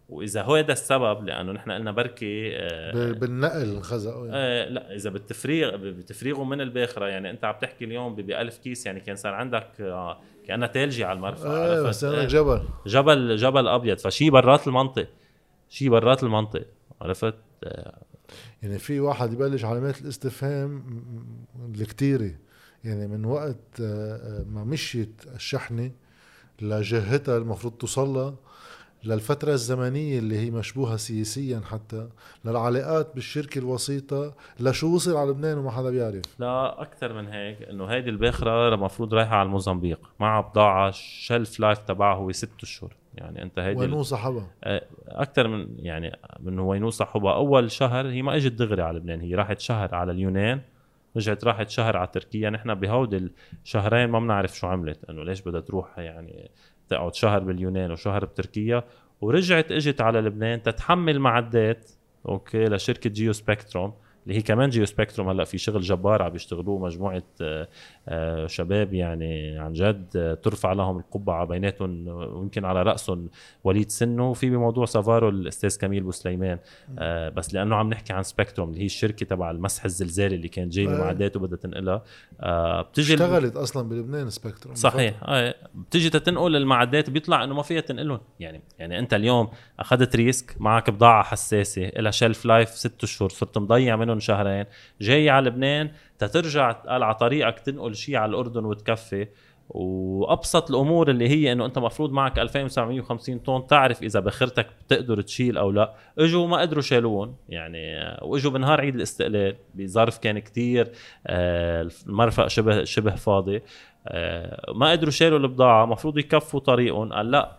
واذا هو هذا السبب، لانه نحن قلنا بركي بالنقل خزقوا يعني. لا اذا بتفريغه من الباخره، يعني انت عم تحكي اليوم ب1000 كيس، يعني كان صار عندك كأنها تلجي على المرفأ. بس عندك جبل ابيض، فشي برات المنطق عرفت. يعني في واحد يبلش علامات الاستفهام الكتيرة، يعني من وقت ما مشيت الشحنة لجهتها المفروض توصلها، للفترة الزمنية اللي هي مشبوهة سياسيا، حتى للعلاقات بالشركة الوسيطة، لشو وصل على لبنان وما حدا بيعرف. لا أكتر من هيك، إنه هيدي الباخرة المفروض رايحة على الموزمبيق مع بضاعة شلف لايف تبعها هو 6 أشهر. يعني أنت هيدي وينو صاحبها أكتر من وينو صاحبها. أول شهر هي ما إجت دغري على لبنان، هي راحت شهر على اليونان، راحت شهر على تركيا. نحن بهود الشهرين ما بنعرف شو عملت، إنه ليش بدها تروح يعني تقعد شهر باليونان وشهر بتركيا، ورجعت اجت على لبنان تتحمل معدات اوكي لشركه جيو سبيكتروم، اللي هي كمان جيو سبيكتروم هلا في شغل جبار عم بيشتغلوه مجموعه شباب يعني عن جد ترفع لهم القبعه بيناتهم، ويمكن على راسهم وليد سنو، وفي بموضوع سافارو الاستاذ كميل بوسليمان. بس لانه عم نحكي عن سبيكتروم اللي هي الشركه تبع المسح الزلزالي اللي كانت جايبه معدات وبدها تنقلها، بتجي اشتغلت اصلا بلبنان سبيكتروم. صحيح. بتجي تنقل المعدات، بيطلع انه ما فيها تنقلهم. يعني انت اليوم اخذت ريسك، معك بضاعه حساسه لها شيلف لايف 6 اشهر، صرت مضيع منهم شهرين، جاي على لبنان تترجع على طريقك تنقل شيء على الاردن وتكفي. وابسط الامور اللي هي انه انت مفروض معك 2750 طن، تعرف اذا بخرتك بتقدر تشيل او لا. اجوا ما قدروا شالوهم يعني، واجوا بنهار عيد الاستقلال بظرف كان كتير المرفأ شبه فاضي، ما قدروا شالوا البضاعه، مفروض يكفوا طريقهم. قال لا،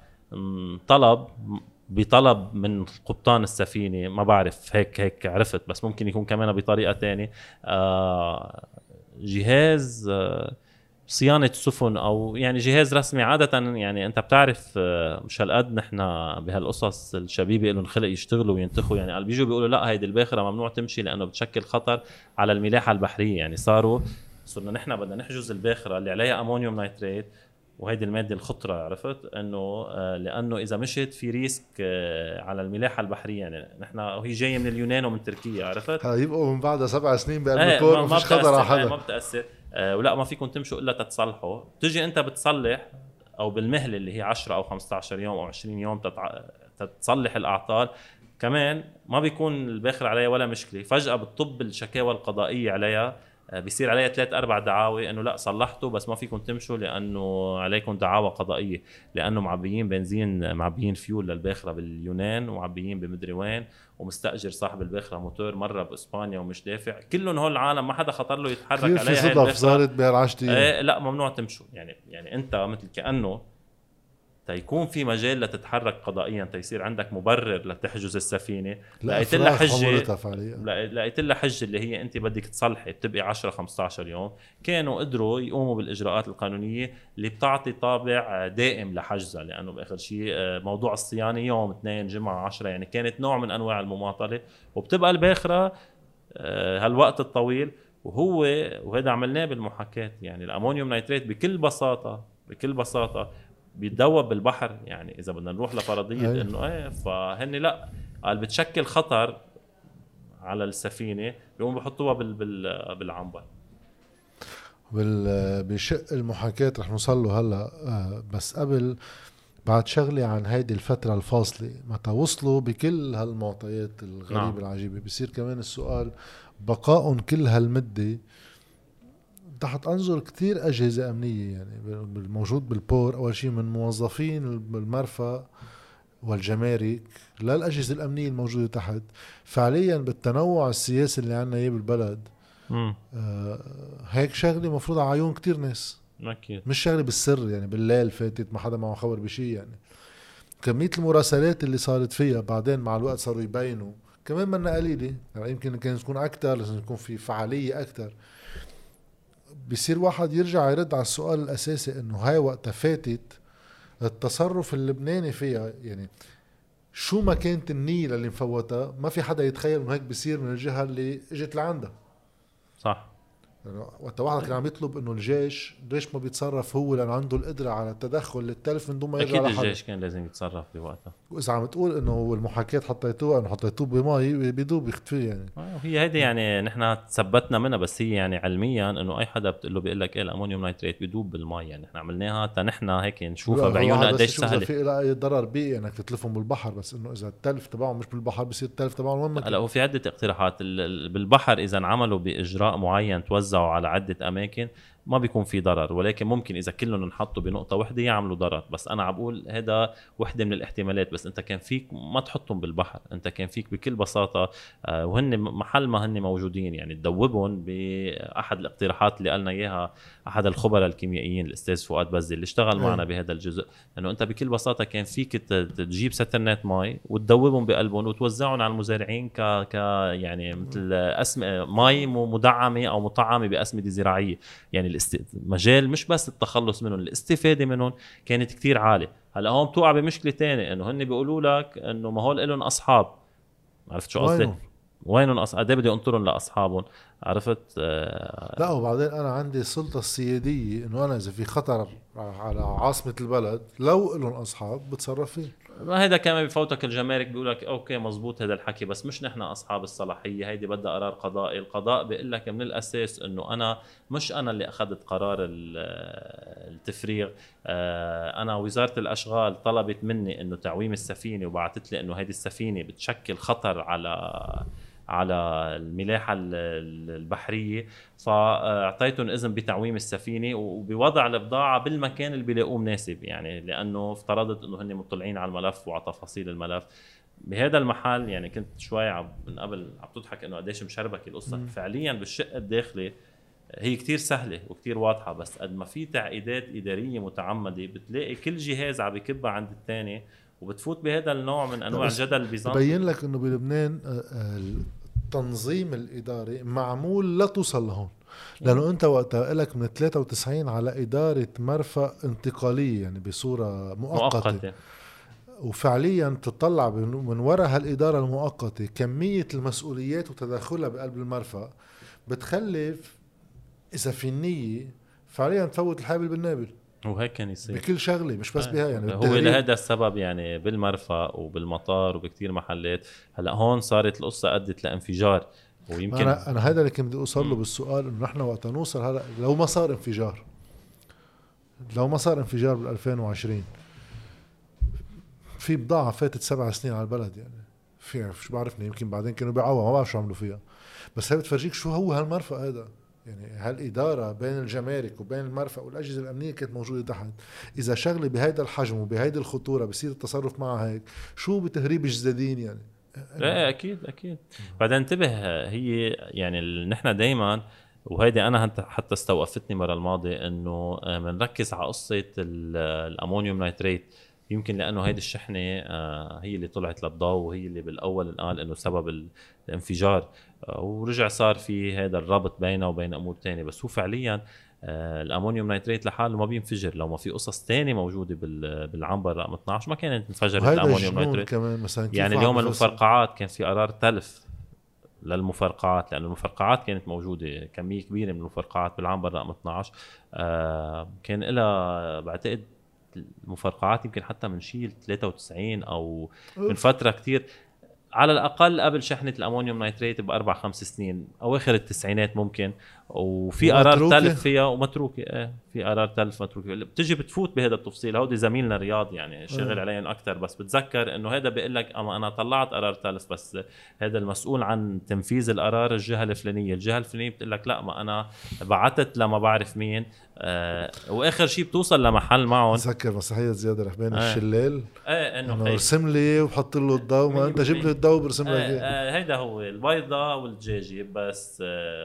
بطلب من قبطان السفينه، ما بعرف هيك عرفت، بس ممكن يكون كمان بطريقه تانية، جهاز صيانة السفن، أو يعني جهاز رسمي عادة. يعني أنت بتعرف مش هالقد نحن بهالقصص الشبيبة إنه الخلق يشتغلوا وينتخوا، يعني قال بيجوا بيقولوا لا هيدي الباخرة ممنوع تمشي لأنه بتشكل خطر على الملاحة البحرية. يعني صرنا نحن بدنا نحجز الباخرة اللي عليها أمونيوم نيتريت وهيدي المادة الخطرة، عرفت إنه لأنه إذا مشيت في ريسك على الملاحة البحرية. يعني نحن وهي جاية من اليونان ومن تركيا، عرفت يبقوا من بعدها 7 سنين بقلب الكور ومفيش خطر على حدا، ما بتأثر. ولا ما فيكم تمشوا إلا تتصلحوا. تجي أنت بتصلح أو بالمهلة اللي هي 10 أو 15 يوم أو 20 يوم تتصلح الأعطال، كمان ما بيكون الباخر عليها ولا مشكلة. فجأة بتطب الشكاوى القضائية عليها، بيصير عليها 3-4 دعاوي انه لا صلحتوا بس ما فيكم تمشوا لانه عليكم دعاوى قضائيه، لانه معبيين بنزين، معبيين فيول للباخره باليونان، ومعبيين بمدري وين، ومستاجر صاحب الباخره موتور مره باسبانيا ومش دافع. كلهم هول العالم ما حدا خطر له يتحرك عليها. في صدف صارت بهالعشتين. لا ممنوع تمشوا. يعني انت مثل كانه تيكون في مجال لتتحرك قضائيا، تيصير عندك مبرر لتحجز السفينه. لقيت لها حجه اللي هي انت بدك تصلحي بتبقي 10-15 يوم. كانوا قدروا يقوموا بالاجراءات القانونيه اللي بتعطي طابع دائم لحجزها، لانه باخر شيء موضوع الصيانه يوم 2 جمعه 10 يعني كانت نوع من انواع المماطله، وبتبقى الباخره هالوقت الطويل. وهذا عملناه بالمحاكاه. يعني الامونيوم نيتريت بكل بساطه بيتذوب بالبحر. يعني اذا بدنا نروح لفرضيه انه فهن لا قال بتشكل خطر على السفينه، بيقوموا بحطوها بالعنبر. بشق المحاكاة رح نوصل له هلا. بس قبل بعد شغلي عن هيدي الفترة الفاصلة متى وصلوا بكل هالمعطيات الغريبة العجيبة، بيصير كمان السؤال بقاء كل هالمدة تحت أنظر كتير أجهزة أمنية. يعني الموجود بالبور أول شيء من موظفين المرفأ والجمارك للأجهزة الأمنية الموجودة تحت. فعليا بالتنوع السياسي اللي عنا إياه بالبلد هيك شغلة مفروض على عيون كتير ناس أكيد. مش شغلة بالسر، يعني بالليل فاتت ما حدا معه خبر بشي. يعني كمية المراسلات اللي صارت فيها بعدين مع الوقت صاروا يبينوا كمان منا قليلة، يعني يمكن كان تكون أكتر، لازم يكون في فعالية أكتر. بيصير واحد يرجع يرد على السؤال الأساسي إنه هاي وقت فاتت التصرف اللبناني فيها. يعني شو ما كانت النية اللي مفوتها، ما في حدا يتخيل إنه هيك بيصير من الجهة اللي اجت لعندها. صح. وقت واحد كان عم يطلب انه الجيش ليش ما بيتصرف هو لان عنده القدره على التدخل للتلف من دون ما يرجع اكيد لحد. الجيش كان لازم يتصرف بوقتها. واذا عم تقول انه المحاكاه حطيتوه انه حطيتوه بمي بيدوب يختفي يعني. هي هيدي يعني نحن ثبتنا منها، بس هي يعني علميا انه اي حدا بتقول له بيقول لك ايه الامونيوم نايتريت بيدوب بالمي، يعني نحن عملناها حتى نحن هيك نشوفها بعيوننا قديش سهله. في له اي ضرر بيئي انك تتلفهم بالبحر، بس انه اذا التلف تبعهم مش بالبحر بصير التلف تبعهم وين ما كان. هلا هو في عده اقتراحات بالبحر، اذا انعملوا باجراء معين توزعوا على عده اماكن ما بيكون في ضرر، ولكن ممكن اذا كلهم انحطوا بنقطه واحده يعملوا ضرر. بس انا عم بقول هذا وحده من الاحتمالات، بس انت كان فيك ما تحطهم بالبحر، انت كان فيك بكل بساطه وهن محل ما هن موجودين يعني تدوبهم باحد الاقتراحات اللي قالنا اياها احد الخبراء الكيميائيين الاستاذ فؤاد بزي اللي اشتغل معنا بهذا الجزء، انه انت بكل بساطه كان فيك تجيب سترنات مي وتدوبهم بقلبهم وتوزعهم على المزارعين ك يعني مثل مي مدعمه او مطعمه باسمده زراعيه. يعني مجال مش بس التخلص منهم، الاستفاده منهم كانت كتير عاليه. هلا هون بتوقع بمشكله تانية، انه هن بيقولوا لك انه ما هول لهم اصحاب. عرفت شو قصدي؟ وينهم قد ايه بدي انطرهم لاصحابهم؟ عرفت لا وبعدين انا عندي السلطه السياديه انه انا اذا في خطر على عاصمه البلد لو لهم اصحاب بتصرف فيه. ما هيدا كمان بفوتك الجمارك بيقول لك اوكي مزبوط هذا الحكي، بس مش نحن اصحاب الصلاحيه، هيدي بدها قرار قضائي. القضاء بيقول لك من الاساس انه انا مش انا اللي اخذت قرار التفريغ، انا وزاره الاشغال طلبت مني انه تعويم السفينه وبعثت لي انه هيدي السفينه بتشكل خطر على الملاحة البحرية، فاعطيتهم إذن بتعويم السفينة وبوضع البضاعة بالمكان اللي بيلاقوه مناسب، يعني لأنه افترضت إنه هن مطلعين على الملف وعلى تفاصيل الملف بهذا المحل. يعني كنت شوي من قبل عم تضحك إنه قديش مشربكة القصة. فعليا بالشق الداخلي هي كتير سهلة وكتير واضحة، بس قد ما في تعقيدات إدارية متعمدة بتلاقي كل جهاز عم بكبها عند الثاني، وبتفوت بهذا النوع من أنواع الجدل البيزنطي. ببين لك إنه بلبنان التنظيم الإداري معمول لا توصل لهون، لأنه أنت وقتها لك من 93 على إدارة مرفأ انتقالية يعني بصورة مؤقتة. وفعليا تطلع من وراء هالإدارة المؤقتة كمية المسؤوليات وتدخلها بقلب المرفأ بتخلف إذا في النية فعليا تفوت الحابل بالنابل. وهيك كان يصير بكل شغله مش بس بها يعني. هو لهذا السبب يعني بالمرفأ وبالمطار وبكتير محلات هلا هون صارت القصه ادت لانفجار. ويمكن انا هذا اللي كنت بدي اوصل له بالسؤال، انه نحن وقت نوصل هلا لو ما صار انفجار بال 2020 في بضاعه فاتت 7 سنين على البلد يعني في شو بعرفني يمكن بعدين كانوا بيعوضوا ما بعرف شو عملوا فيها، بس هي بتفرجيك شو هو هالمرفأ هذا يعني. هالإدارة بين الجمارك وبين المرفأ والأجهزة الأمنية كانت موجودة تحت. إذا شغلة بهيدا الحجم وبهيدا الخطورة بصير التصرف معها هيك شو بتهريب الجدادين يعني. لا أكيد بعدين انتبه هي يعني نحن دايما، وهيدي أنا حتى استوقفتني مرة الماضي إنه منركز على قصة الأمونيوم نايتريت، يمكن لأنه هيدي الشحنة هي اللي طلعت للضوء وهي اللي بالأول قال إنه سبب الانفجار، ورجع صار في هذا الربط بينه وبين أمور تانية. بس هو فعليا الأمونيوم نايتريت لحاله ما بينفجر، لو ما في قصص تانية موجودة بالعنبر رقم 12 ما كانت انفجرت الأمونيوم نايتريت. يعني اليوم المفرقعات كان في قرار تلف للمفرقعات، لأن المفرقعات كانت موجودة كمية كبيرة من المفرقعات بالعنبر رقم 12 كان لها بعتقد المفرقعات يمكن حتى من شيل 93 أو من فترة كتير على الأقل قبل شحنة الأمونيوم نايتريت ب4-5 سنين أواخر التسعينات ممكن، وفي قرار تلف فيها ومتروكة. في قرار تلف متروكة. بتجي بتفوت بهذا التفصيل، هودي زميلنا رياض يعني شغل عليهم أكتر، بس بتذكر إنه هذا بيقول لك أما أنا طلعت قرار تلف، بس هذا المسؤول عن تنفيذ القرار الجهة الفلانية بتقول لك لا ما أنا بعتت لما بعرف مين. واخر شيء بتوصل لمحل معهم. تذكر مسرحيه زياد رحباني الشلال انه رسم لي وبحط له الضوء، ما انت جيب لي الضوء برسم لك هيدا هو البيضه والدجاجه بس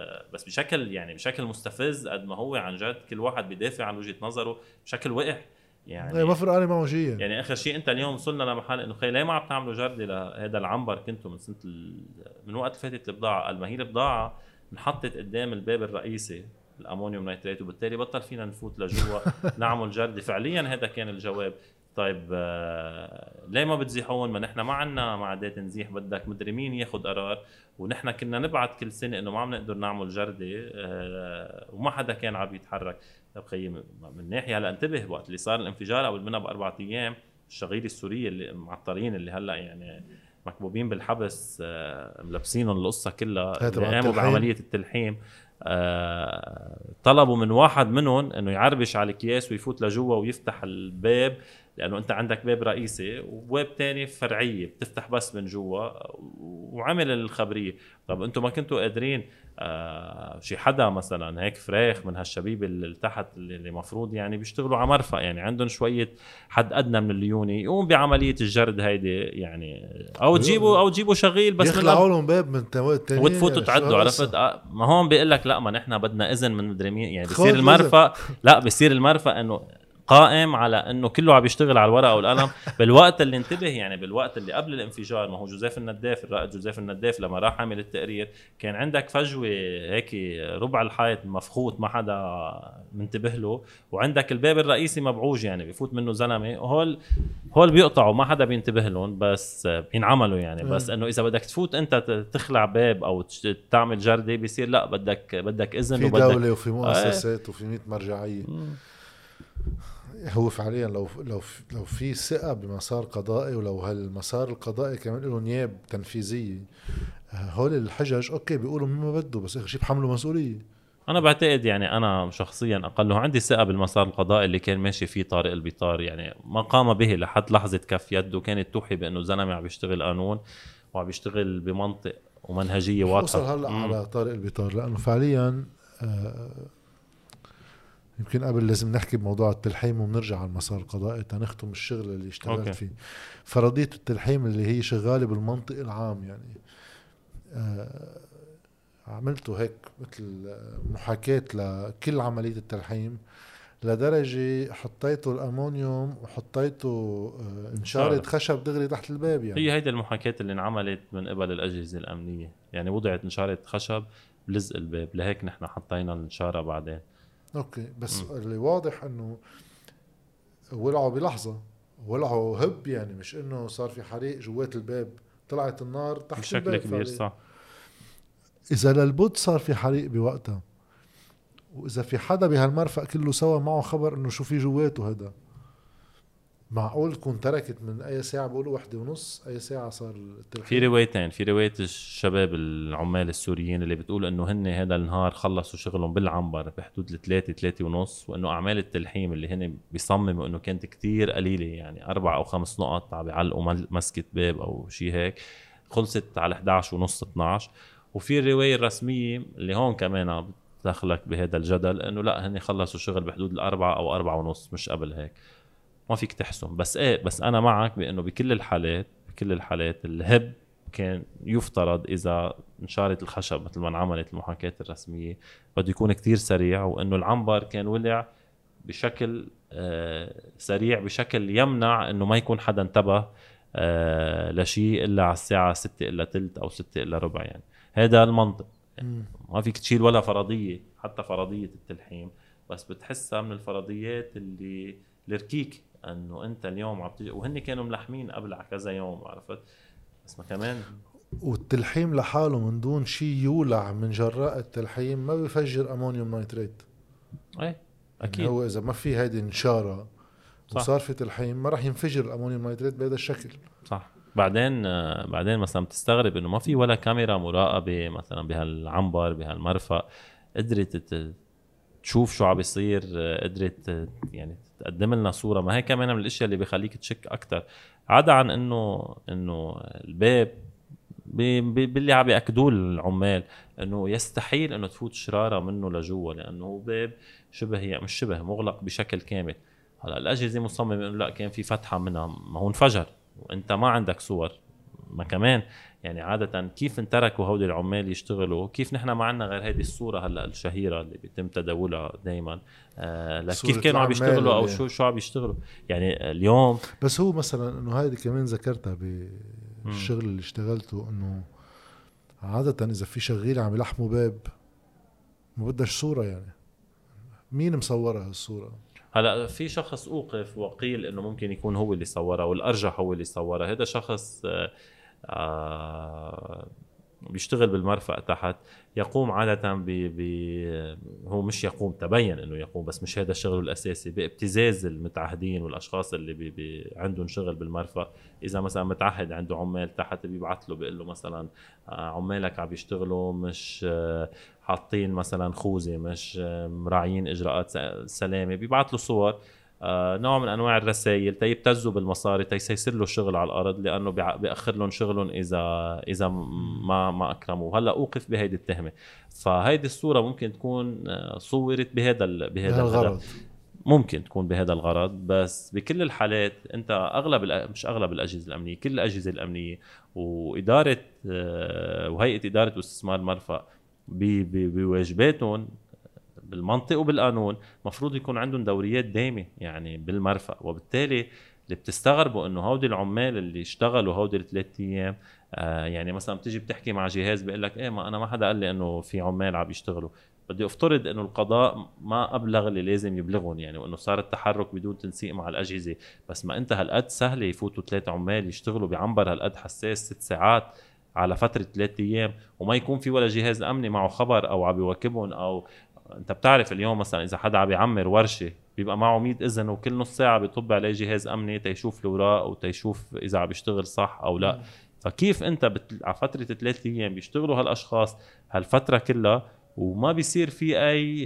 بشكل مستفز قد ما هو عن جد كل واحد بيدافع عن وجهه نظره بشكل وقح يعني ما فرقاني معه شيء يعني اخر شيء انت اليوم وصلنا لمحل انه خي ليه ما عم تعملوا جرده لهذا العنبر كنتوا من سنه من وقت فاتت البضاعه. قال ما هي البضاعه انحطت قدام الباب الرئيسي الامونيوم نايتريت وبالتالي بطل فينا نفوت لجوا نعمل جرده. فعليا هذا كان الجواب. طيب ليه ما بتزيحون؟ ما نحن ما عنا معدات نزيح، بدك مدري مين ياخد قرار. ونحن كنا نبعت كل سنه انه ما عم نقدر نعمل جرده وما حدا كان عم يتحرك. طيب خيي من ناحيه هلا انتبه، وقت اللي صار الانفجار قبل منها ب4 ايام الشغيله السوريه اللي معطرين اللي هلا يعني مكبوبين بالحبس ملبسينهم القصه كلها اللي قاموا بعمليه التلحيم، طلبوا من واحد منهم انه يعربش على الاكياس ويفوت لجوا ويفتح الباب، لانه انت عندك باب رئيسي وباب تاني فرعيه بتفتح بس من جوا، وعمل الخبريه. طب انتم ما كنتوا قادرين شي حدا مثلا هيك فراخ من هالشبيب اللي تحت اللي مفروض يعني بيشتغلوا على مرفأ، يعني عندهم شويه حد ادنى من الليونه يقوم بعمليه الجرد هيدي يعني، او تجيبوا شغيل بس يخلعوا لهم باب من التانيين وتفوتوا تعدوا. عرفت؟ ما هون بيقول لك لا، ما نحن بدنا اذن من مدري مين، يعني بصير المرفأ لا بصير المرفأ انه قائم على انه كله عم يشتغل على الورقه والقلم. بالوقت اللي انتبه يعني بالوقت اللي قبل الانفجار، ما هو جوزيف النداف الرائد جوزيف النداف لما راح عمل التقرير كان عندك فجوه هيك ربع الحائط مفخوط ما حدا منتبه له، وعندك الباب الرئيسي مبعوج يعني بيفوت منه زلمه، هول بيقطعوا ما حدا بينتبه لهم بس بينعملوا يعني. بس انه اذا بدك تفوت انت تخلع باب او تعمل جرده بيصير لا بدك اذن في دوله وفي مؤسسات وفي 100 مرجعيه. هو فعليا لو في ثقة بمسار قضائي، ولو هالمسار القضائي كمان له نياب تنفيذية، هول الحجج اوكي بيقولوا ما بده، بس اخر شيء بحملوا مسؤولية. انا بعتقد يعني انا شخصيا اقله عندي ثقة بالمسار القضائي اللي كان ماشي فيه طارق البيطار، يعني ما قام به لحد لحظة كف يده كانت توحي بانه زلمة عم بيشتغل قانون وعم بيشتغل بمنطق ومنهجية واضحة. وصل هلا على طارق البيطار لانه فعليا يمكن قبل لازم نحكي بموضوع التلحيم وبنرجع على المسار القضائي تنختم الشغل اللي اشتغلت فيه. فرضية التلحيم اللي هي شغالة بالمنطق العام يعني عملته هيك مثل محاكاة لكل عملية التلحيم، لدرجة حطيته الأمونيوم وحطيته انشارة خشب دغري تحت الباب. يعني هي هيدا المحاكاة اللي انعملت من قبل الأجهزة الأمنية، يعني وضعت انشارة خشب بلزق الباب، لهيك نحن حطينا الانشارة بعدين. اوكي بس اللي واضح انه ولعوا بلحظة، ولعوا هب يعني، مش انه صار في حريق جوات الباب طلعت النار تحت الباب بشكل كبير. صح. اذا للبد صار في حريق بوقتها، واذا في حدا بهالمرفق كله سوا معه خبر انه شو في جواته، هذا معقول تكون تركت من اي ساعة؟ بقولوا 1:30 اي ساعة صار التلحيم. في روايتين، في رواية الشباب العمال السوريين اللي بتقول انه هن هذا النهار خلصوا شغلهم بالعنبر بحدود 3:30، وانه اعمال التلحيم اللي هن بيصمموا انه كانت كتير قليلة، يعني 4 أو 5 نقط عم بيعلقوا مسكة باب او شيء هيك، خلصت على 11:30 12. وفي الرواية الرسمية اللي هون كمان دخلك بهذا الجدل انه لا هن خلصوا شغل بحدود 4 أو 4:30 مش قبل هيك. ما فيك تحسن. بس انا معك بانه بكل الحالات الهب كان يفترض اذا انشارت الخشب مثل ما انعملت المحاكاة الرسمية بده يكون كتير سريع، وانه العنبر كان ولع بشكل سريع بشكل يمنع انه ما يكون حدا انتبه لشيء الا على الساعة 6:03 او 6:15. يعني هذا المنطق. ما فيك تشيل ولا فرضية، حتى فرضية التلحيم، بس بتحسها من الفرضيات اللي الركيك انه انت اليوم عم وهن كانوا ملحمين قبل على كذا يوم. عرفت؟ بس ما كمان والتلحيم لحاله من دون شيء يولع من جراء التلحيم ما بيفجر امونيوم نايتريت. اي اكيد. يعني هو اذا ما في هيدي انشاره وصار في تلحيم ما راح ينفجر الامونيوم نايتريت بهذا الشكل. صح. بعدين مثلا بتستغرب انه ما في ولا كاميرا مراقبه مثلا بهالعنبر بهالمرفأ قدرت تشوف شو عم بيصير، قدرت يعني تقدم لنا صورة. ما هي كمان من الاشياء اللي بيخليك تشك اكتر، عدا عن انه الباب باللي عم بيأكدوه العمال انه يستحيل انه تفوت شرارة منه لجوا، لانه هو باب شبه يعني مش شبه مغلق بشكل كامل. هلا الاجهزة مصممة انه لا كان في فتحة منها، ما هو انفجر وانت ما عندك صور. ما كمان يعني عادة كيف انتركوا هودي العمال يشتغلوا، كيف نحن ما عنا غير هذه الصورة هلا الشهيرة اللي بيتم تداولها دايما كيف كانوا عم يشتغلوا او شو عم يشتغلوا يعني اليوم. بس هو مثلا انه هذه كمان ذكرتها بالشغل اللي اشتغلته، انه عادة اذا في شغيل عم يلحموا باب ما بدش صورة، يعني مين مصورها الصورة؟ هلا في شخص اوقف وقيل انه ممكن يكون هو اللي صورها، والارجح هو اللي صورها. هذا شخص بيشتغل بالمرفأ تحت، يقوم عادة هو مش يقوم، تبين انه يقوم بس مش هذا شغله الاساسي، بابتزاز المتعهدين والاشخاص اللي عندهم شغل بالمرفأ. اذا مثلا متعهد عنده عمال تحت بيبعث له بيقول له مثلا عمالك عم يشتغلوا مش حاطين مثلا خوذة، مش مراعيين اجراءات سلامة، بيبعث له صور نوع من انواع الرسائل تيبتزوا بالمصاري تيسير له الشغل على الارض، لانه بياخر لهم شغلهم اذا ما اكرموه. هلا اوقف بهيدي التهمه، فهيدي الصوره ممكن تكون صورت بهذا الغرض، ممكن تكون بهذا الغرض. بس بكل الحالات انت مش اغلب الاجهزه الامنيه، كل الاجهزه الامنيه واداره وهيئه اداره واستثمار المرفأ بواجباتهم بالمنطق وبالقانون مفروض يكون عندهم دوريات دائمة يعني بالمرفأ. وبالتالي اللي بتستغربوا انه هودي العمال اللي اشتغلوا هودي ال3 ايام يعني مثلا بتيجي بتحكي مع جهاز بيقول لك ايه ما انا ما حدا قال لي انه في عمال عم يشتغلوا. بدي افترض انه القضاء ما ابلغ اللي لازم يبلغهم يعني، وانه صار التحرك بدون تنسيق مع الاجهزه. بس ما انت هالقد سهله يفوتوا 3 عمال يشتغلوا بعنبر هالقد حساس 6 ساعات على فتره 3 ايام وما يكون في ولا جهاز امني معه خبر او عم يواكبهم. او انت بتعرف اليوم مثلا اذا حدا عم يعمر ورشه بيبقى معه 100 اذن، وكل نص ساعه بيطب عليه جهاز امني تيشوف الاوراق وتيشوف اذا عم بيشتغل صح او لا. فكيف انت على فتره 3 ايام بيشتغلوا هالاشخاص هالفتره كلها وما بيصير في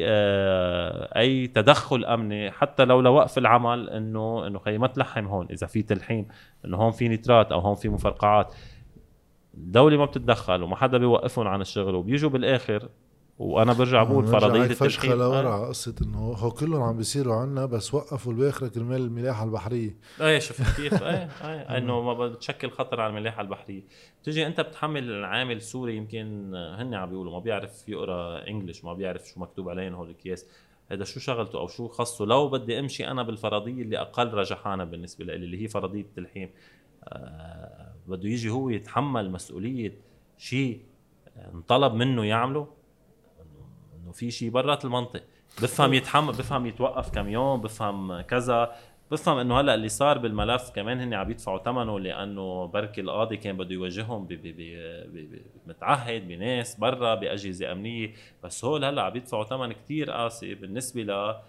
اي تدخل امني حتى لو لوقف العمل، انه خي ما تلحم هون اذا في تلحيم، انه هون في نترات او هون في مفرقعات. الدوله ما بتتدخل وما حدا بيوقفهم عن الشغل، وبيجوا بالاخر وانا برجع بقول فرضيه التلحيم لورا قصه انه هو كلهم عم بيصيروا عنا بس وقفوا الباخره كرمال الملاحه البحريه. شفت كيف؟ انه ما بتشكل خطر على الملاحه البحريه. بتيجي انت بتحمل العامل سوري يمكن هن عم بيقولوا ما بيعرف يقرا انجلش، ما بيعرف شو مكتوب عليهم هول الاكياس، هذا شو شغلته او شو خصه؟ لو بدي امشي انا بالفرضيه اللي اقل رجحانا بالنسبه لي اللي هي فرضيه التلحيم، بده يجي هو يتحمل مسؤوليه شيء انطلب منه يعمله؟ انه في شيء برات المنطق. بفهم يتحمل، بفهم يتوقف كم يوم، بفهم كذا، بفهم انه هلا اللي صار بالملف كمان هن عم يدفعوا ثمنه، لانه بركي القاضي كان بده يواجههم متعهد بناس برا باجهزه امنيه، بس هول هلا عم يدفعوا ثمن كتير قاسي بالنسبه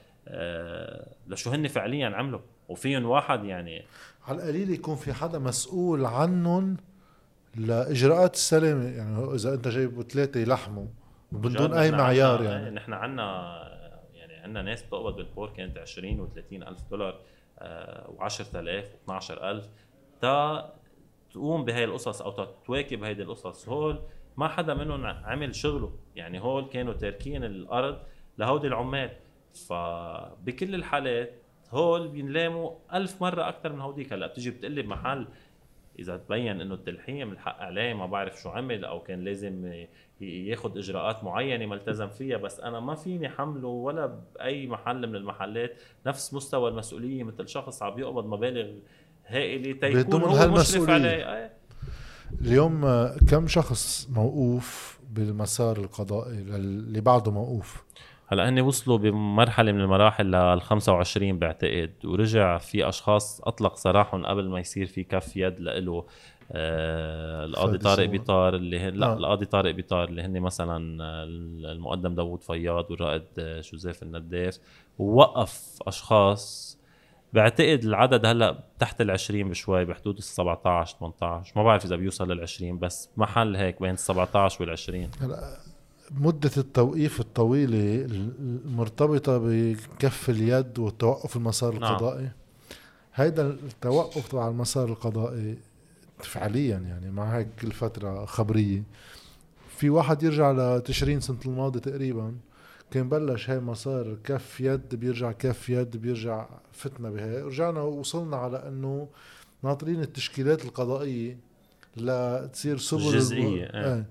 لشو هن فعليا عملوا. وفيهم واحد يعني على القليل يكون في حدا مسؤول عنهم لاجراءات السلامه، يعني اذا انت جايب 3 يلحموا بدون اي معيار يعني. نحن عندنا ناس بتقبض بالبور كانت 20 و30 ألف دولار و10,000 و12,000 تا تقوم بهاي القصص او تواكب هيدي القصص. هول ما حدا منهم عمل شغله يعني، هول كانوا تاركين الارض لهودي العمال. فبكل الحالات هول بينلاموا 1000 مرة أكتر من هوديك. هلا بتيجي بتقلب محل إذا تبين إنه التلحيم الحق عليه ما بعرف شو عمل أو كان لازم ياخد إجراءات معينة ما التزم فيها، بس أنا ما فيني حمله ولا بأي محل من المحلات نفس مستوى المسؤولية مثل شخص عم يقبض مبالغ هائلة تيكون هو مشرف عليه. اليوم كم شخص موقوف بالمسار القضائي اللي بعده موقوف؟ هلا هن وصلوا بمرحله من المراحل لل 25 بعتقد، ورجع في اشخاص اطلق سراحهم قبل ما يصير في كف يد له. القاضي طارق بيطار اللي القاضي طارق بيطار اللي هن مثلا المقدم داوود فياض والرائد جوزيف النداف، ووقف اشخاص بعتقد العدد هلا تحت 20 بشوي، بحدود 17 18، ما بعرف اذا بيوصل لل20 بس محل هيك بين 17 وال20. مدة التوقيف الطويلة المرتبطة بكف اليد وتوقف المسار القضائي، هيدا التوقف على المسار القضائي فعليا يعني مع هيك الفترة خبرية. في واحد يرجع لتشرين سنة الماضي تقريبا كان بلش هاي مسار كف يد بيرجع كف يد بيرجع فتنا بهاي، رجعنا ووصلنا على انه ناطرين التشكيلات القضائية لتصير سبل جزئية.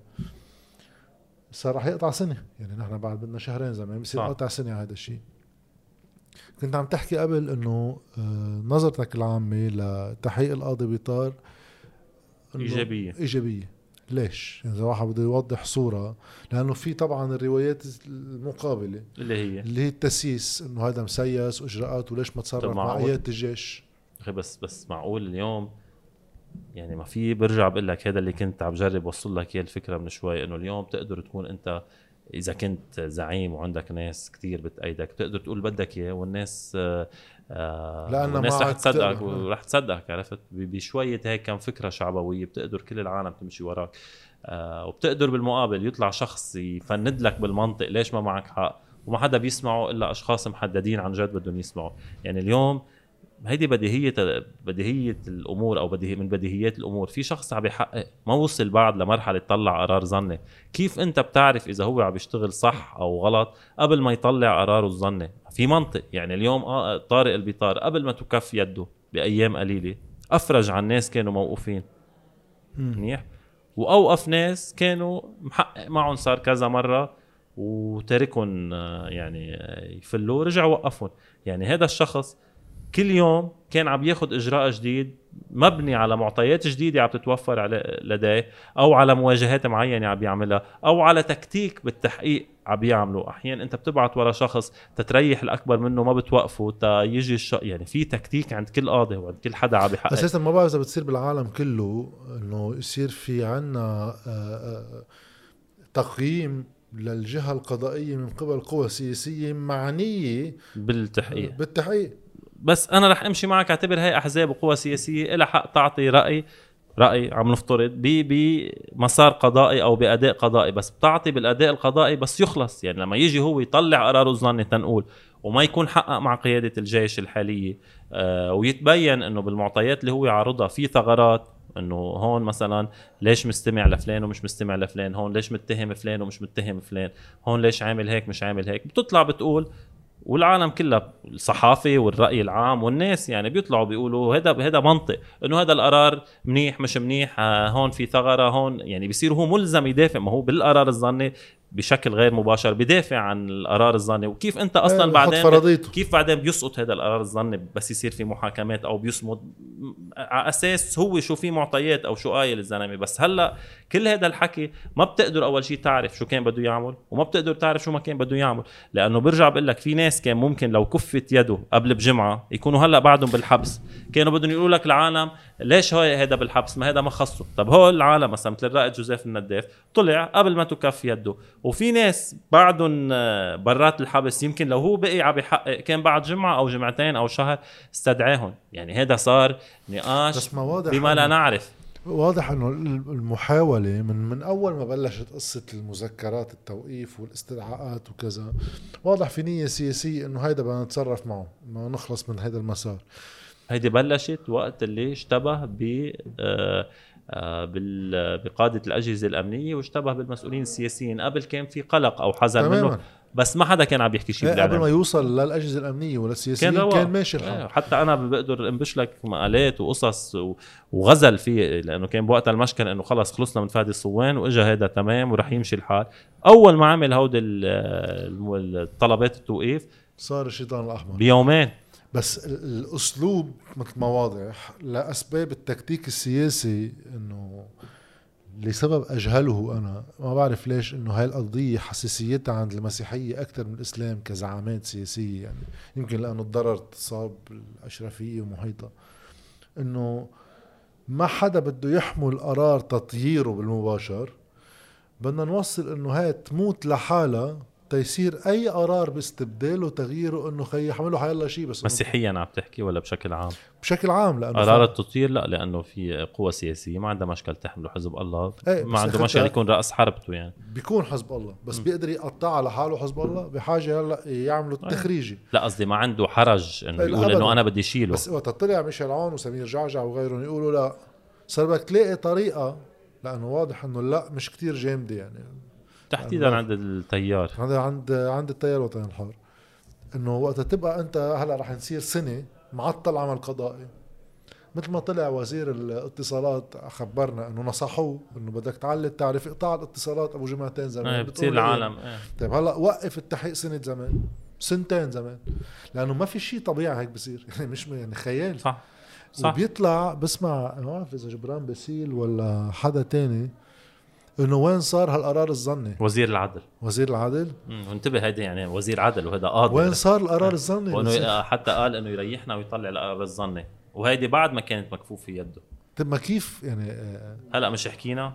صار رح يقطع سنة يعني، نحن بعد بدنا شهرين زمان بيصير قطع سنة على هذا الشيء. كنت عم تحكي قبل انه نظرتك العامة لتحقيق القاضي بيطار إيجابية. ليش؟ إذا واحد بده يوضح صورة، لأنه في طبعا الروايات المقابلة اللي هي التسييس، إنه هذا مسيس وإجراءات وليش ما تصرف مع آيات الجيش. أخي بس معقول اليوم يعني ما في، برجع بقول لك هذا اللي كنت عم جرب وصل لك هي الفكرة من شوي، إنه اليوم تقدر تكون أنت إذا كنت زعيم وعندك ناس كتير بتأيدك تقدر تقول بدك إياه، والناس الناس رح تصدقك ورح تصدقك، عرفت؟ بشوية هيك كان فكرة شعبوية بتقدر كل العالم تمشي وراك. وبتقدر بالمقابل يطلع شخص يفند لك بالمنطق ليش ما معك حق، وما حدا بيسمعه إلا أشخاص محددين عن جد بدهم يسمعوا. يعني اليوم هيدي بديهية الأمور، أو من بديهيات الأمور. في شخص عم يحقق ما وصل بعد لمرحلة يطلع قرار ظني، كيف أنت بتعرف إذا هو عم يشتغل صح أو غلط قبل ما يطلع قراره الظني؟ في منطق. يعني اليوم طارق البيطار قبل ما تكف يده بأيام قليلة أفرج عن ناس كانوا موقوفين منيح، وأوقف ناس كانوا محقق معهم صار كذا مرة وتركهم يعني يفلوا، رجع وقفهم. يعني هذا الشخص كل يوم كان عم ياخد إجراء جديد مبني على معطيات جديدة عم تتوفر لديه، أو على مواجهات معينة عم يعملها، أو على تكتيك بالتحقيق عم يعملوا. أحيانا أنت بتبعت ورا شخص تتريح الأكبر منه ما بتوقفه يجي يعني في تكتيك عند كل قاضي وعند كل حدا عم يحقق. أساسا ما بعرف إذا بتصير بالعالم كله إنه يصير في عنا تقييم للجهة القضائية من قبل قوى سياسية معنية بالتحقيق. بس أنا رح أمشي معك، اعتبر هاي أحزاب وقوى سياسية إلى حق تعطي رأي عم نفترض بمسار قضائي أو بأداء قضائي، بس بتعطي بالأداء القضائي بس يخلص. يعني لما يجي هو يطلع قراره الظني تنقول وما يكون حقق مع قيادة الجيش الحالية، ويتبين أنه بالمعطيات اللي هو يعرضها في ثغرات، انه هون مثلا ليش مستمع لفلان ومش مستمع لفلان، هون ليش متهم فلان ومش متهم فلان، هون ليش عامل هيك مش عامل هيك، بتطلع بتقول، والعالم كلها الصحافة والرأي العام والناس يعني بيطلعوا بيقولوا هذا منطق، انه هذا القرار منيح مش منيح، هون في ثغرة هون. يعني بيصير هو ملزم يدافع، ما هو بالقرار الظني بشكل غير مباشر بدافع عن القرار الظني. وكيف انت اصلا بعدين كيف بعدين بيسقط هذا القرار الظني بس يصير في محاكمات او بيصمد على اساس هو شو في معطيات او شو قايل الزلمه. بس هلا كل هذا الحكي ما بتقدر اول شيء تعرف شو كان بده يعمل، وما بتقدر تعرف شو ما كان بده يعمل، لانه برجع بقول لك في ناس كان ممكن لو كفت يده قبل بجمعه يكونوا هلا بعدهم بالحبس، كانوا بدهم يقولوا لك العالم ليش هذا بالحبس، ما هذا ما خصه. طب هو العالم مثلا مثل الرائد جوزيف النداف طلع قبل ما تكف يده، وفي ناس بعدهم برات الحبس يمكن لو هو بقي عم يحقق كان بعد جمعة أو جمعتين أو شهر استدعاهم. يعني هذا صار نقاش بما لا نعرف. واضح أنه المحاولة من أول ما بلشت قصة المذكرات التوقيف والاستدعاءات وكذا، واضح في نية سياسية أنه هيدا بدنا نتصرف معه ما نخلص من هذا المسار. هيدي بلشت وقت اللي اشتبه بقادة الأجهزة الأمنية واشتبه بالمسؤولين السياسيين. قبل كان في قلق أو حذر منه، بس ما حدا كان عم يحكي شيء بالإعلام. قبل ما يوصل للأجهزة الأمنية ولا السياسيين كان ماشي الحال. حتى أنا بقدر انبش لك مقالات وقصص وغزل فيه، لأنه كان بوقت المشكل إنه خلصنا من فادي الصوان وإجا هذا تمام ورح يمشي الحال. أول ما عمل هود الطلبات التوقيف صار الشيطان الأحمر بيومين. بس الأسلوب مثل ما واضح لأسباب التكتيك السياسي، إنه لسبب أجهله أنا ما بعرف ليش، إنه هاي القضية حساسيتها عند المسيحية أكثر من الإسلام كزعامات سياسية. يعني يمكن لأنه الضرر تصاب الأشرفية ومحيطة، إنه ما حدا بده يحمل قرار تطييره بالمباشر، بدنا نوصل إنه هاي تموت لحالها تيصير اي قرار باستبداله وتغييره انه يحملوا حيالله شيء. بس مسيحيا عم تحكي ولا بشكل عام؟ بشكل عام، لانه قرار التطهير لا، لانه في قوى سياسيه ما عندها مشكل تحمله حزب الله، ما عنده مشكل يكون راس حربته، يعني بيكون حزب الله بس بيقدر يقطع لحاله. حزب الله بحاجه هلا يعملوا التخريجي. لا قصدي ما عنده حرج انه يقول انه انا بدي شيله. بس وقت طلع ميشيل عون وسمير جعجع وغيرهم يقولوا لا، صار بدك تلاقي طريقه، لانه واضح انه لا مش كتير جامده يعني تحديدا عند التيار، عند التيار الوطني الحر، انه وقت تبقى انت هلا رح نصير سنه معطل عمل قضائي. مثل ما طلع وزير الاتصالات خبرنا انه نصحوه انه بدك تعلي التعريف، اقطاع الاتصالات ابو جمعتين زمان بتصير العالم طيب هلا وقف التحقيق سنه زمان، سنتين زمان، لانه ما في شيء طبيعي هيك بصير يعني مش يعني خيال. صح. وبيطلع بسمع ما بعرف اذا جبران باسيل ولا حدا تاني انه وين صار هالقرار الظني. وزير العدل وانتبه هيدا يعني وزير عدل وهذا قاضي. وين صار القرار الظني؟ وانه حتى قال انه يريحنا ويطلع القرار الظني، وهيدي بعد ما كانت مكفوف في يده. طب ما كيف يعني هلا مش حكينا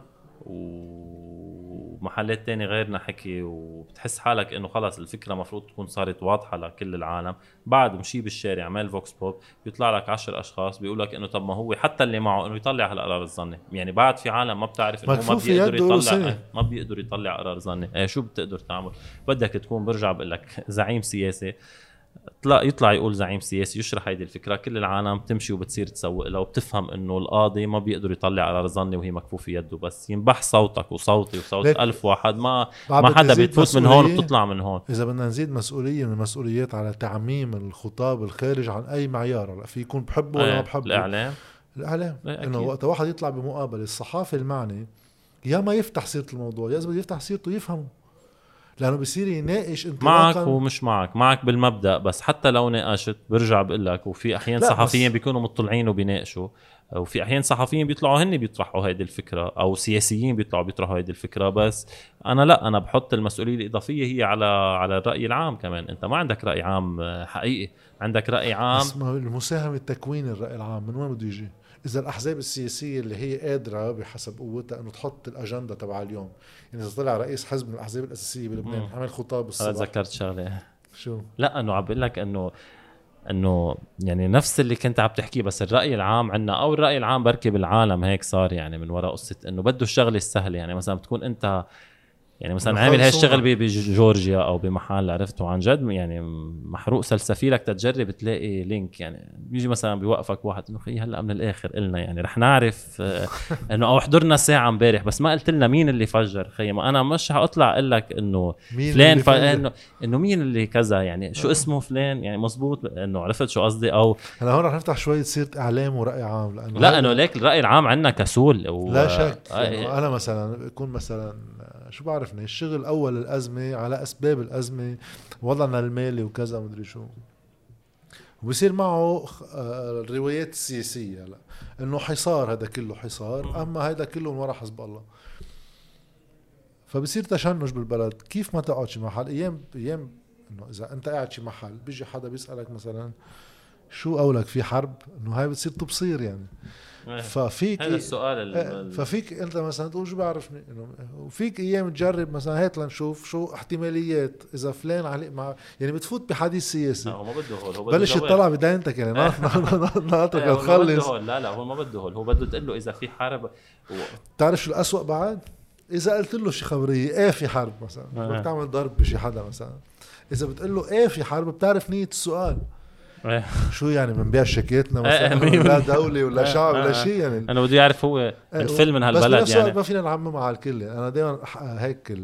ومحلات تاني غيرنا حكي، وبتحس حالك انه خلاص الفكره مفروض تكون صارت واضحه لكل العالم. بعد مشي بالشارع عمل فوكس بوب يطلع لك 10 اشخاص بيقول لك انه طب ما هو حتى اللي معه انه يطلع هالقرار الظني. يعني بعد في عالم ما بتعرف انه ما بيقدر يطلع قرار ظني. شو بتقدر تعمل؟ بدك تكون برجع بقول لك زعيم سياسي، يطلع يقول زعيم سياسي يشرح هيدي الفكره، كل العالم تمشي وبتصير تسوق لها وبتفهم انه القاضي ما بيقدر يطلع قرار ظني وهي مكفوفه يده. بس ينبح صوتك وصوتي وصوت 1000 واحد، ما حدا بيتفوت من هون وبتطلع من هون. اذا بدنا نزيد مسؤوليه من المسؤوليات على تعميم الخطاب الخارج عن اي معيار، لا في يكون بحبه ولا ما بحبه. الاعلام انه وقت واحد يطلع بمقابله الصحافي المعني يا ما يفتح سيره الموضوع، يا اذا بده يفتح سيرته يفهمه، لانه بصير يناقش انت معك ومش معك بالمبدا. بس حتى لو ناقشت برجع بقول لك، وفي احيان صحفيين بيكونوا مطلعين وبيناقشوا، وفي احيان صحفيين بيطلعوا هن بيطرحوا هيدي الفكره، او سياسيين بيطرحوا هيدي الفكره. بس انا بحط المسؤوليه الاضافيه هي على الراي العام كمان. انت ما عندك راي عام حقيقي، عندك راي عام اسمه المساهمه تكوين الراي العام. من وين بده يجي؟ إذا الأحزاب السياسية اللي هي قادرة بحسب قوتها إنه تحط الأجندة تبع اليوم، يعني إذا طلع رئيس حزب من الأحزاب الأساسية بلبنان عمل خطاب الصبح. أنا تذكرت شغلة. شو؟ لا إنه عم بقول لك إنه يعني نفس اللي كنت عم تحكيه، بس الرأي العام عنا أو الرأي العام بركي بالعالم هيك صار، يعني من وراء قصة إنه بده الشغلة السهلة. يعني مثلا بتكون أنت يعني مثلا عامل هالشغل بجورجيا او بمحل عرفته عن جد يعني محروق سلسفيلك تتجرب تلاقي لينك. يعني بيجي مثلا بيوقفك واحد انه خي هلا من الاخر قلنا يعني رح نعرف انه او حضرنا ساعه امبارح بس ما قلت لنا مين اللي فجر. خي ما انا مش هطلع اقول لك انه فلان انه مين اللي كذا يعني شو اسمه فلان يعني مزبوط انه عرفت شو قصدي. او هلا هون رح نفتح شويه سيره اعلام وراي عام، لانه ليك الراي العام عندنا كسول لا شك. انا مثلا بكون مثلا شو بعرفني الشغل أول الأزمة على أسباب الأزمة وضعنا المالي وكذا مدري شو، وبصير معه الروايات السياسية لا إنه حصار، هذا كله حصار، أما هذا كله من وراء حزب الله. فبصير تشنج بالبلد. كيف ما تقعد شي محل أيام إنه إذا أنت قاعد شي محل بيجي حدا بيسألك مثلا شو قولك في حرب، إنه هاي بتصير تبصير يعني. ففيك هذا السؤال ففيك انت مثلا تقول شو بعرفني انه وفيك ايام تجرب مثلا هات لنشوف شو احتماليات اذا فلان عليه مع يعني بتفوت بحديث سياسي. هو ما بده هول، بلش يطلع بدينتك يعني ما ناطرك تخلص. لا هو ما بده هول، هو بده تقول له اذا في حرب. بتعرف شو الأسوأ بعد؟ اذا قلت له شي خبريه في حرب مثلا بدك تعمل ضرب بشي حدا مثلا، اذا بتقول له في حرب بتعرف نية السؤال شو يعني بنبيع شيكاتنا مثلا لا دولة ولا شعب ولا شيء يعني. انا بدي اعرف هو الفيلم من هالبلد يعني ما فينا نعمم على الكل. انا دائما هيك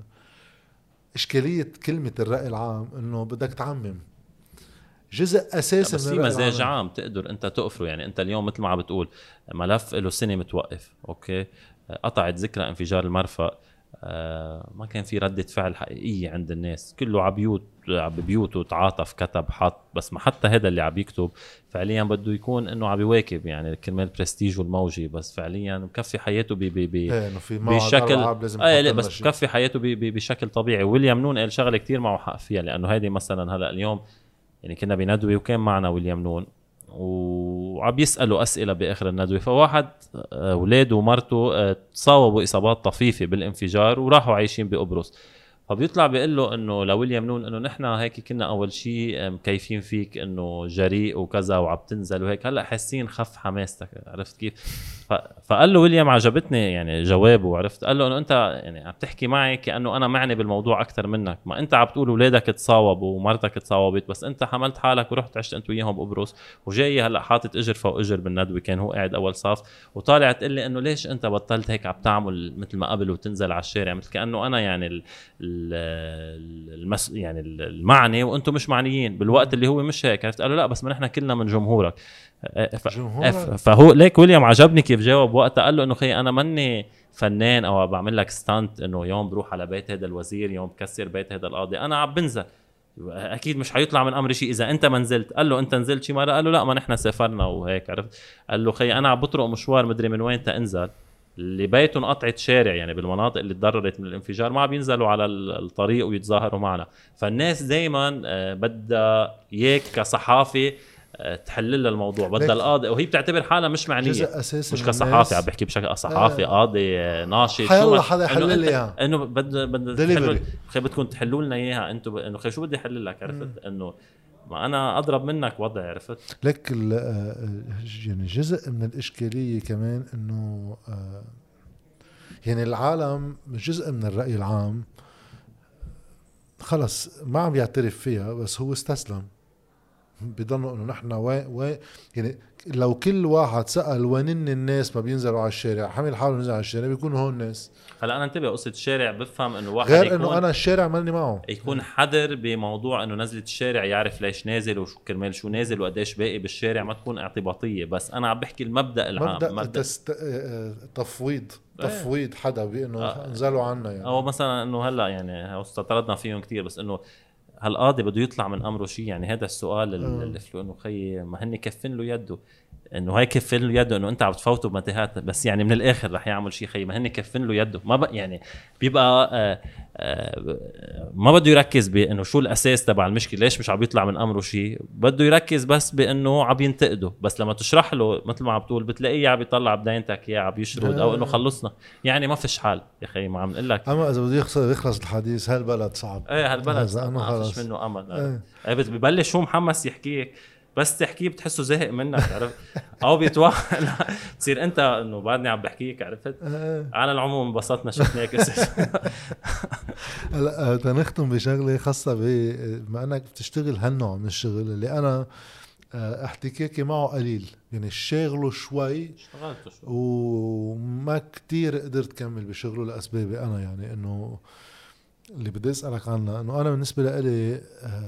اشكالية كلمة الرأي العام انه بدك تعمم جزء اساسي بس في مزاج عام تقدر انت تقفره. يعني انت اليوم مثل ما عم بتقول ملف له سنة متوقف اوكي، قطعت ذكرى انفجار المرفأ، ما كان في ردة فعل حقيقية عند الناس، كله ببيوته تعاطف كتب حط. بس ما حتى هذا اللي عم يكتب فعليا بده يكون انه عم بيواكب يعني كرمال برستيج والموجي، بس فعليا مكفي حياته بشكل بس مكفي حياته بشكل طبيعي. ويليام نون قال شغله كتير معه حق فيها، لانه هذه مثلا هلا اليوم يعني كنا بندوي وكان معنا ويليام نون وعم يسألوا أسئلة بآخر الندوة، فواحد أولاده ومرته تصاوبوا إصابات طفيفة بالانفجار وراحوا عايشين بقبرص. فبيطلع بيقول له إنه لويليام نون إنه نحن هيك كنا أول شيء مكيفين فيك إنه جريء وكذا وعم تنزل وهيك، هلأ حاسين خف حماستك. عرفت كيف؟ فقال له ويليام عجبتني يعني جوابه، وعرفت قال له إنه أنت يعني عم تحكي معي كأنه أنا معني بالموضوع أكتر منك. ما أنت عم تقول أولادك تصاوبوا ومرتك تصاوبت، بس أنت حملت حالك ورحت عشت أنت وياهم بقبرص، وجاي هلأ حاطط إجر فوق إجر بالندوة. كان هو قاعد أول صف وطالع تقول لي إنه ليش أنت بطلت هيك عم تعمل مثل ما قبل وتنزل على الشارع، مثل كأنه أنا يعني يعني المعني وأنتم مش معنيين بالوقت اللي هو مش هيك. عرفت؟ قالوا لا بس ما نحن كلنا من جمهورك. فهو ليك ويليام عجبني كيف جاوب وقتها. قال له انه خي انا مني فنان او بعمل لك ستانت انه يوم بروح على بيت هذا الوزير يوم بكسر بيت هذا القاضي، انا عم بنزل اكيد مش حيطلع من امري شيء اذا انت ما نزلت. قال له انت نزلت شي مره؟ قال له لا ما نحن سافرنا وهيك. عرفت؟ قال له خي انا عم بطرق مشوار مدري من وين تنزل اللي بيتهم قطعة شارع يعني بالمناطق اللي تضررت من الانفجار ما بينزلوا على الطريق ويتظاهروا معنا. فالناس دايما بدها اياك كصحافي تحلل الموضوع، بدها القاضي وهي بتعتبر حالها مش معنيه، مش كصحافي عم بحكي بشكل صحافي قاضي ناشط حيالله حدا يحلل لي اياها انه بدكم تحلوا لنا اياها انتم انه شو بدي احلل لك عرفت انه ما انا اضرب منك وضع عرفت لك يعني جزء من الاشكاليه كمان انه يعني العالم جزء من الرأي العام خلص ما عم يعترف فيها بس هو استسلم بيضلوا انه نحن يعني لو كل واحد سأل وين الناس ما بينزلوا على الشارع حمل حاله نزل على الشارع بيكونوا هون الناس. هلا انا انتبه قصة الشارع بفهم انه واحد غير انه انا الشارع مالني معه يكون حذر بموضوع انه نزلة الشارع يعرف ليش نازل وشو كرمال شو نازل وقديش باقي بالشارع ما تكون اعتباطية. بس انا عم بحكي المبدأ العام مبدأ تفويض حدا بانه نزلوا عنا يعني او مثلا انه هلا يعني استطردنا فيهم كتير بس انه هالقاضي بده يطلع من امره شيء يعني هذا السؤال اللي انه خي ما هن كفن له يده انه هاي كفن له يده انه انت عم تفوته بمتاهات بس يعني من الاخر رح يعمل شيء خي ما هن كفن له يده ما يعني بيبقى ما بده يركز بانه شو الاساس تبع المشكله ليش مش عم يطلع من امره شيء بده يركز بس بانه عم ينتقده. بس لما تشرح له مثل ما عم بتقول بتلاقيه عم يطلع بداينتك يا عم يشرد او انه خلصنا يعني ما فيش حال يا اخي ما عم نقول لك اما اذا بده يخلص الحديث هالبلد صعب هالبلد ما فيش منه امل ببلش هو محمس يحكيك بس تحكيه بتحسه زهق منك عرفت او بيتوقع تصير انت انه بعدني عم بحكيك عرفت. على العموم انبسطنا شفناك هلا تنختم بشغله خاصه بما انك بتشتغل هالنوع من الشغل اللي انا احتكاكي معه قليل يعني الشغله شوي وما كتير قدرت كمل بشغله لاسبابي انا يعني انه اللي بدي اسالك عنها انه انا بالنسبه لي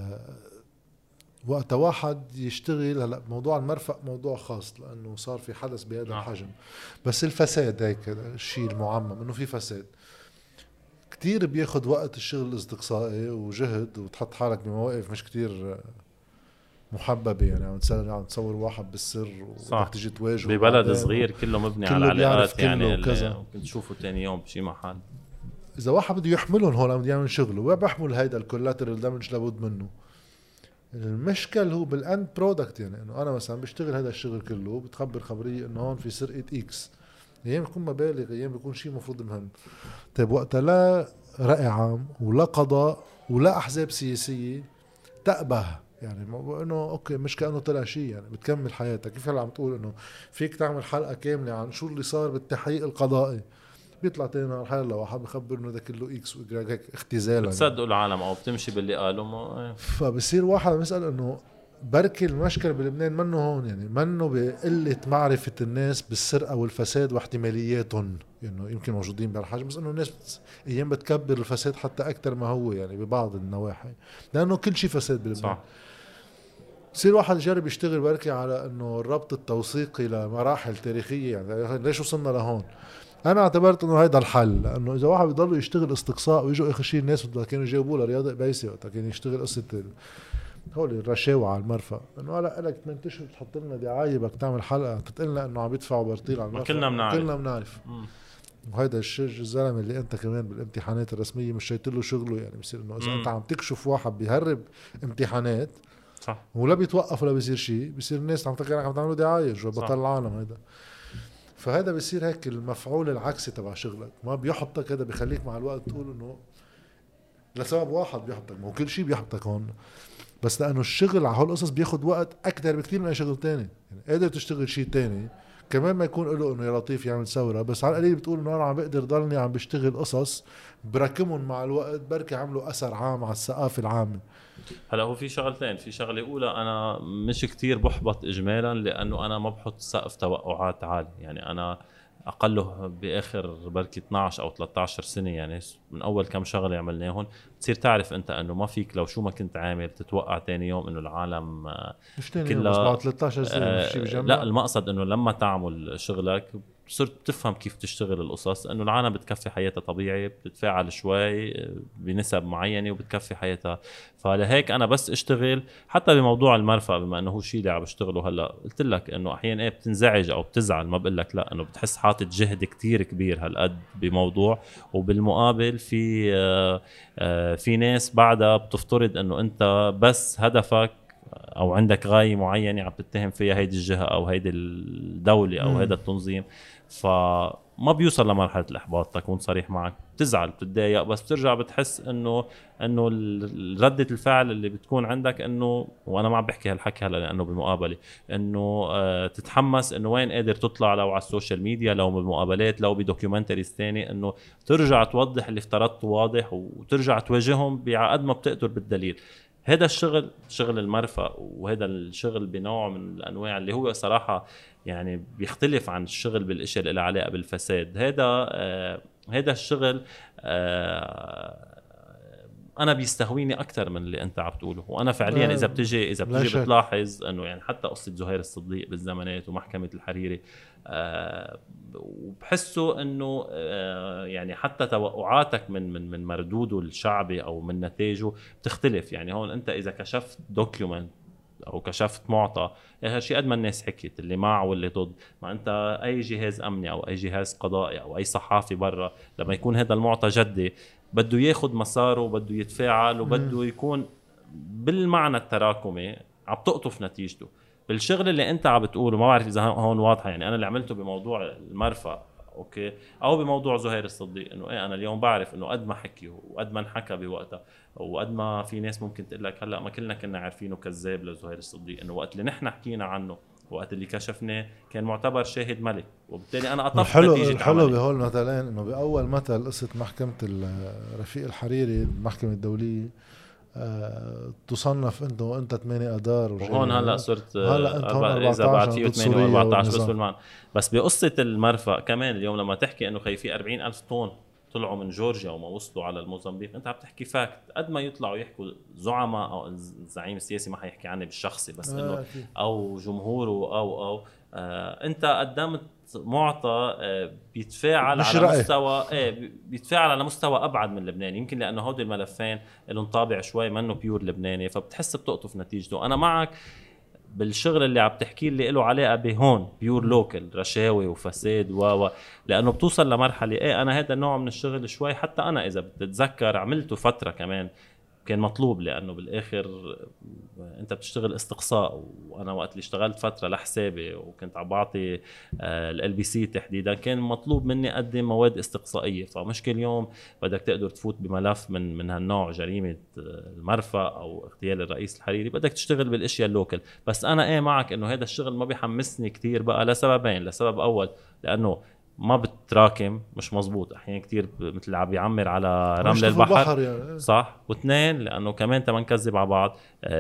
وقت واحد يشتغل هلا موضوع المرفق موضوع خاص لانه صار في حدث بهذا الحجم بس الفساد هيك الشيء المعمم انه في فساد كتير بياخد وقت الشغل الاستقصائي وجهد وتحط حالك بمواقف مش كتير محببة يعني عم تصور واحد بالسر وبدك تيجي تواجهه ببلد صغير كله مبني على علاقات يعني ممكن تشوفه تاني يوم بشي محل. إذا واحد بده يحملهم هون عم يعمل شغله وبحمل هيدا الكولاترال دامج لابد منه. المشكل هو بالاند برودكت يعني انه انا مثلا بشتغل هذا الشغل كله بتخبر خبريه انه هون في سرقه اكس ايام بيكون مبالغ ايام بيكون شيء مفروض مهم. طيب وقتها لا رأي عام ولا قضاء ولا احزاب سياسيه تأبه يعني انه اوكي مش كانه طلع شيء يعني بتكمل حياتك. كيف هلا عم تقول انه فيك تعمل حلقه كامله عن شو اللي صار بالتحقيق القضائي بيطلع تاني نهار حال لو واحد بخبر انه ده كله اكس واجراك هيك اختزالا بتصدقوا العالم او بتمشي باللي قالوا فبصير واحد بيسأل انه بركي المشكل بلبنان منه هون يعني منه بقلة معرفة الناس بالسرقة والفساد واحتمالياتهم يعني يمكن موجودين بهالحجم بس انه الناس ايام بتكبر الفساد حتى اكتر ما هو يعني ببعض النواحي لانه كل شيء فساد بلبنان صح. بصير واحد يجرب يشتغل بركي على انه الربط التوثيقي لمراحل تاريخية يعني ليش وصلنا لهون. انا اعتبرت انه هيدا الحل لانه اذا واحد بيضل يشتغل استقصاء ويجوا اخر شيء الناس كانوا يجاوبوا له رياض قبيسي وقتها كان يشتغل قصه هول الرشاوى على المرفأ انه هلا لك 8 اشهر تحط لنا دعايه بدك تعمل حلقه تتقلنا انه عم يدفعوا برطيل على المرفأ كلنا بنعرف وهيدا الزلمه اللي انت كمان بالامتحانات الرسميه مش شايت له شغله يعني بصير انه اذا انت عم تكشف واحد بيهرب امتحانات صح ولا بيتوقف ولا بيصير شيء بصير الناس عم تفكر عم تعملوا دعايه جو بطل العالم هيدا. فهذا بيصير هيك المفعول العكسي تبع شغلك ما بيحبطك هذا بيخليك مع الوقت تقول انه لسبب واحد بيحبطك ما هو كل شيء بيحبطك هون بس لانه الشغل على هالقصص بياخد وقت اكثر بكثير من اي شغل تاني يعني قادر تشتغل شيء تاني كمان ما يكون له انه يا لطيف يعمل ثوره بس على القليل بتقول انه انا عم بقدر ضلني عم بشتغل قصص بركمهم مع الوقت بركي عملوا اثر عام على الثقافه العامه. هلا هو في شغلتين في شغله اولى انا مش كتير بحبط اجمالا لانه انا ما بحط سقف توقعات عالي يعني انا اقله باخر بركي 12 او 13 سنه يعني من اول كم شغله عملناهم بتصير تعرف انت انه ما فيك لو شو ما كنت عامل تتوقع تاني يوم انه العالم مش تاني يوم بس بعد 13 سنه شيء بجمع. لا المقصد انه لما تعمل شغلك صرت بتفهم كيف تشتغل القصص، انه العالم بتكفي حياتها طبيعي، بتتفاعل شوي بنسب معينه وبتكفي حياتها. فلهيك انا بس اشتغل حتى بموضوع المرفأ، بما انه هو شيء اللي عم بشتغله هلا، قلت لك انه احيانا بتنزعج او بتزعل، ما بقول لك لا، انه بتحس حاطط جهد كتير كبير هالقد بموضوع، وبالمقابل في ناس بعدها بتفترض انه انت بس هدفك او عندك غاية معينة عم تتهم فيها هيدي الجهة او هيدي الدولة او هيدا التنظيم، فما بيوصل لمرحلة الإحباط. تكون صريح معك، بتزعل بتضايق، بس بترجع بتحس انه ردة الفعل اللي بتكون عندك انه، وانا ما عم بحكي هالحكي هلا لانه بالمقابلة، انه تتحمس انه وين قادر تطلع، لو على السوشيال ميديا، لو بالمقابلات، لو بدوكيومنتريز تاني، انه ترجع توضح اللي افترضته واضح وترجع تواجههم بعقد ما بتقدر بالدليل. هذا الشغل، شغل المرفأ، وهذا الشغل بنوع من الانواع اللي هو صراحه يعني بيختلف عن الشغل بالاشياء اللي لها علاقه بالفساد. هذا الشغل انا بيستهويني اكثر من اللي انت عم تقوله. وانا فعليا اذا بتجي بتلاحظ انه يعني حتى قصه زهير الصديق بالزمانات ومحكمه الحريري، وبحسه انه يعني حتى توقعاتك من مردوده الشعبي او من نتائجه بتختلف. يعني هون انت اذا كشفت دوكيومنت او كشفت معطى، هالشيء قد ما الناس حكيت اللي مع واللي ضد، ما انت اي جهاز امني او اي جهاز قضائي او اي صحافي برا لما يكون هذا المعطى جدي بده ياخد مساره وبده يتفاعل وبده يكون بالمعنى التراكمي عم تقطف نتيجته. بالشغل اللي انت عم بتقوله، ما بعرف اذا هون واضحه، يعني انا اللي عملته بموضوع المرفأ اوكي، او بموضوع زهير الصديق، انه انا اليوم بعرف انه قد ما حكي وقد ما انحكى بوقتها، وقد ما في ناس ممكن تقول لك هلا ما كلنا كنا عارفينه كذاب لزهير الصديق، انه وقت اللي نحن حكينا عنه وقت اللي كشفناه كان معتبر شاهد ملك، وبالتالي انا قطفت نتيجه. الحلو بهول مثلين انه باول مثل قصه محكمه رفيق الحريري المحكمه الدوليه، تصنف انت 8 اذار، وهون هلا صرت اذا بعد فيه 8 و14 بس بالمعنى. بس بقصه المرفأ كمان اليوم لما تحكي انه في 40,000 طن طلعوا من جورجيا وما وصلوا على الموزمبيق، انت عم تحكي فاكت. قد ما يطلعوا يحكوا زعماء او الزعيم السياسي، ما حيحكي عنه بالشخصي بس انه او جمهوره او انت قدمت معطى بيتفاعل على مستوى بيتفاعل على مستوى ابعد من لبنان، يمكن لانه هودي الملفين لهم طابع شوي منه بيور لبناني، فبتحس بتقطف نتيجته. انا معك بالشغل اللي عم تحكي اللي له علاقه بهون بيور لوكال، رشاوي وفساد لانه بتوصل لمرحله انا هذا النوع من الشغل شوي، حتى انا اذا بتتذكر عملته فتره كمان كان مطلوب، لانه بالاخر انت بتشتغل استقصاء. وانا وقت اللي اشتغلت فتره لحسابي وكنت عم بعطي LBC تحديدا، كان مطلوب مني اقدم مواد استقصائيه. فمش كل يوم بدك تقدر تفوت بملف من هالنوع، جريمه المرفأ او اغتيال الرئيس الحريري، بدك تشتغل بالاشياء اللوكل. بس انا معك انه هذا الشغل ما بيحمسني كتير بقى لسببين. لسبب اول لانه ما بتراكم، مش مزبوط احيانا كتير، مثل عم بيعمر على رمل البحر يعني. صح. واثنين لانه كمان تما نكذب على بعض،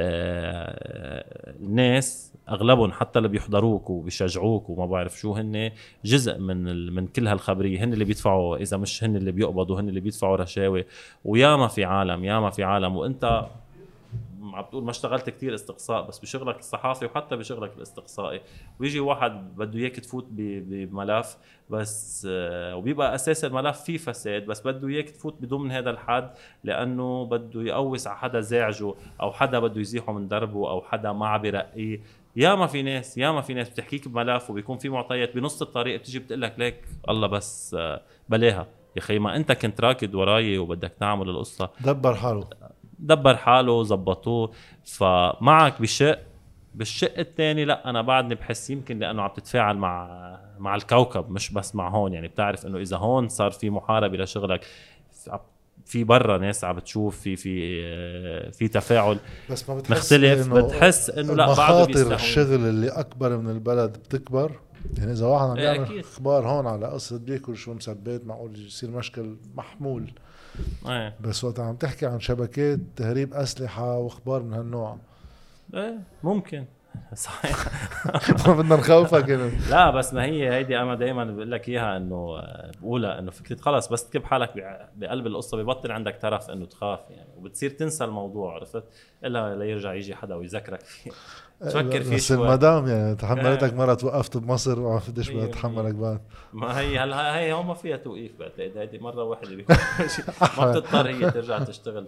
الناس اغلبهم حتى اللي بيحضروك وبيشجعوك وما بعرف شو، هن جزء من كل هالخبريه، هن اللي بيدفعوا، اذا مش هن اللي بيقبضوا هن اللي بيدفعوا رشاوي. وياما في عالم وانت عم بتقول ما اشتغلت كتير استقصاء، بس بشغلك الصحافي وحتى بشغلك الاستقصائي، ويجي واحد بده اياك تفوت بملف بس وبيبقى اساس الملف فيه فساد، بس بده اياك تفوت بضمن هذا الحد لانه بده يقوس على حدا زعجه او حدا بده يزيحه من دربه او حدا ما عم يرقيه. ياما في ناس بتحكيك بملف وبيكون في معطيات بنص الطريق بتيجي بتقول لك ليك الله بس بلاها يا اخي، ما انت كنت راكد وراي وبدك تعمل القصه. دبر حاله زبطوه. فمعك بالشق الثاني لا، انا بعدني بحس يمكن لانه عم تتفاعل مع الكوكب مش بس مع هون. يعني بتعرف انه اذا هون صار في محاربه لشغلك، في برا ناس عم بتشوف في تفاعل بس ما مختلف، بتحس انه لا بعده مخاطر الشغل اللي اكبر من البلد بتكبر. يعني اذا واحد عم يعمل اخبار هون على قصه بياكل شو مسبات، معقول يصير مشكل محمول. بس وقت عم تحكي عن شبكات تهريب اسلحه واخبار من هالنوع، ممكن صحيح. ما بدنا نخوفك يعني. لا بس ما هي هيدي انا دائما بقول لك اياها انه بقولها انه فكره خلص بس تكب حالك بقلب القصه ببطل عندك ترف انه تخاف يعني وبتصير تنسى الموضوع عرفت الا ليرجع يجي حدا ويذكرك فيه تفكر فيه بس شوي. المدام يعني تحملتك مرة توقفت بمصر وما فدش بدها تتحملك بعد. ما هي هلا هي هم فيها توقيف بعتقد هيدي مره واحده بيكون ما بتضطر هي ترجع تشتغل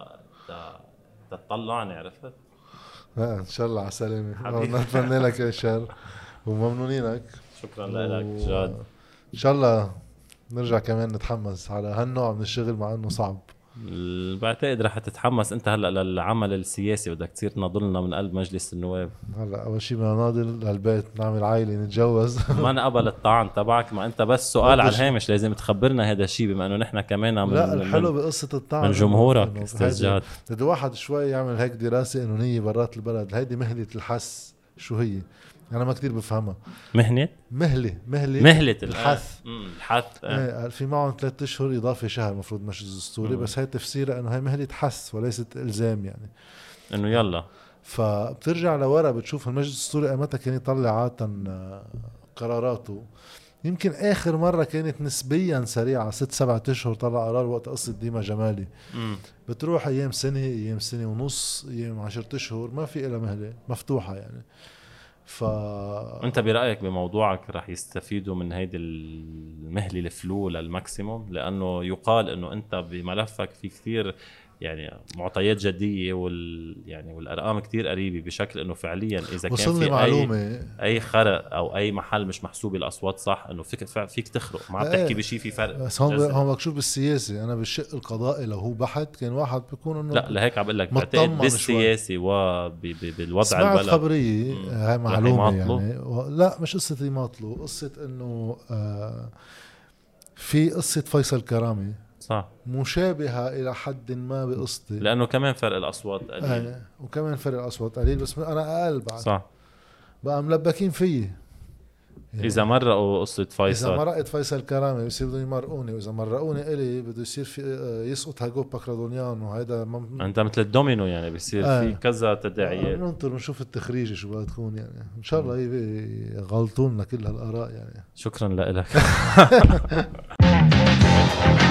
تطلعني عرفت. ان شاء الله على سلامة. نتمنى لك الشر وممنونينك. شكرا لك جاد. ان شاء الله نرجع كمان نتحمس على هالنوع من الشغل مع انه صعب. بعتقد رح تتحمس انت هلا للعمل السياسي بدك تصير تناضلنا من قلب مجلس النواب. هلا اول شيء بدنا نناضل للبيت نعمل عائله نتجوز. ما نقبل الطعن تبعك ما انت بس سؤال على الهامش لازم تخبرنا هذا الشيء بما انه نحن كمان لا الحلو بقصه الطعن من جمهورك استاذ جاد. بده واحد شوي يعمل هيك دراسه قانونيه برات البلد. هيدي مهله الحس شو هي انا ما كتير بفهمها. مهله الحث الحث في معهم 3 أشهر اضافه شهر مفروض مجلس الدستوري بس هي تفسيرها انه هي مهله حث وليست الزام يعني انه يلا. فبترجع لورا بتشوف المجلس الدستوري متى كان يطلع عادة قراراته. يمكن اخر مره كانت نسبيا سريعه 6-7 أشهر طلع قرار وقت قصه ديما جمالي. بتروح ايام سنه ونص ايام 10 أشهر ما في إلا مهله مفتوحه يعني. انت برايك بموضوعك رح يستفيدوا من هيدي المهله الفلو للماكسيموم لانه يقال انه انت بملفك في كثير يعني معطيات جديه يعني والارقام كتير قريبه بشكل انه فعليا اذا كان في اي خرق او اي محل مش محسوب الاصوات صح انه فيك تخرق ما عم تحكي بشيء في فرق. بس هون مكشوف بالسياسي انا بالشق القضائي لو هو بحث كان واحد بيكون انه لا لهيك عم بقول لك بعتقد بالسياسي وبالوضع سمعت البلد خبريه هاي معلومه يعني لا مش قصه يماطلوا قصه انه في قصه فيصل كرامي صح مشابهة إلى حد ما بقصتي لأنه كمان فرق الأصوات قليل وكمان فرق الأصوات قليل بس أنا أقل بعد صح بقى ملبكين فيي يعني إذا مرقوا قصة فيصل إذا مرقت فيصل كرامي بيصير بدهم يمرقوني وإذا مرقوني إلي بده يصير في يسقط هاجوب بكرادونيان وهيدا أنت مثل الدومينو يعني بيصير في كذا تداعيات. ننطر نشوف التخريج شو بدها تكون يعني إن شاء الله يغلطوا لنا كل هالآراء يعني. شكرا لك.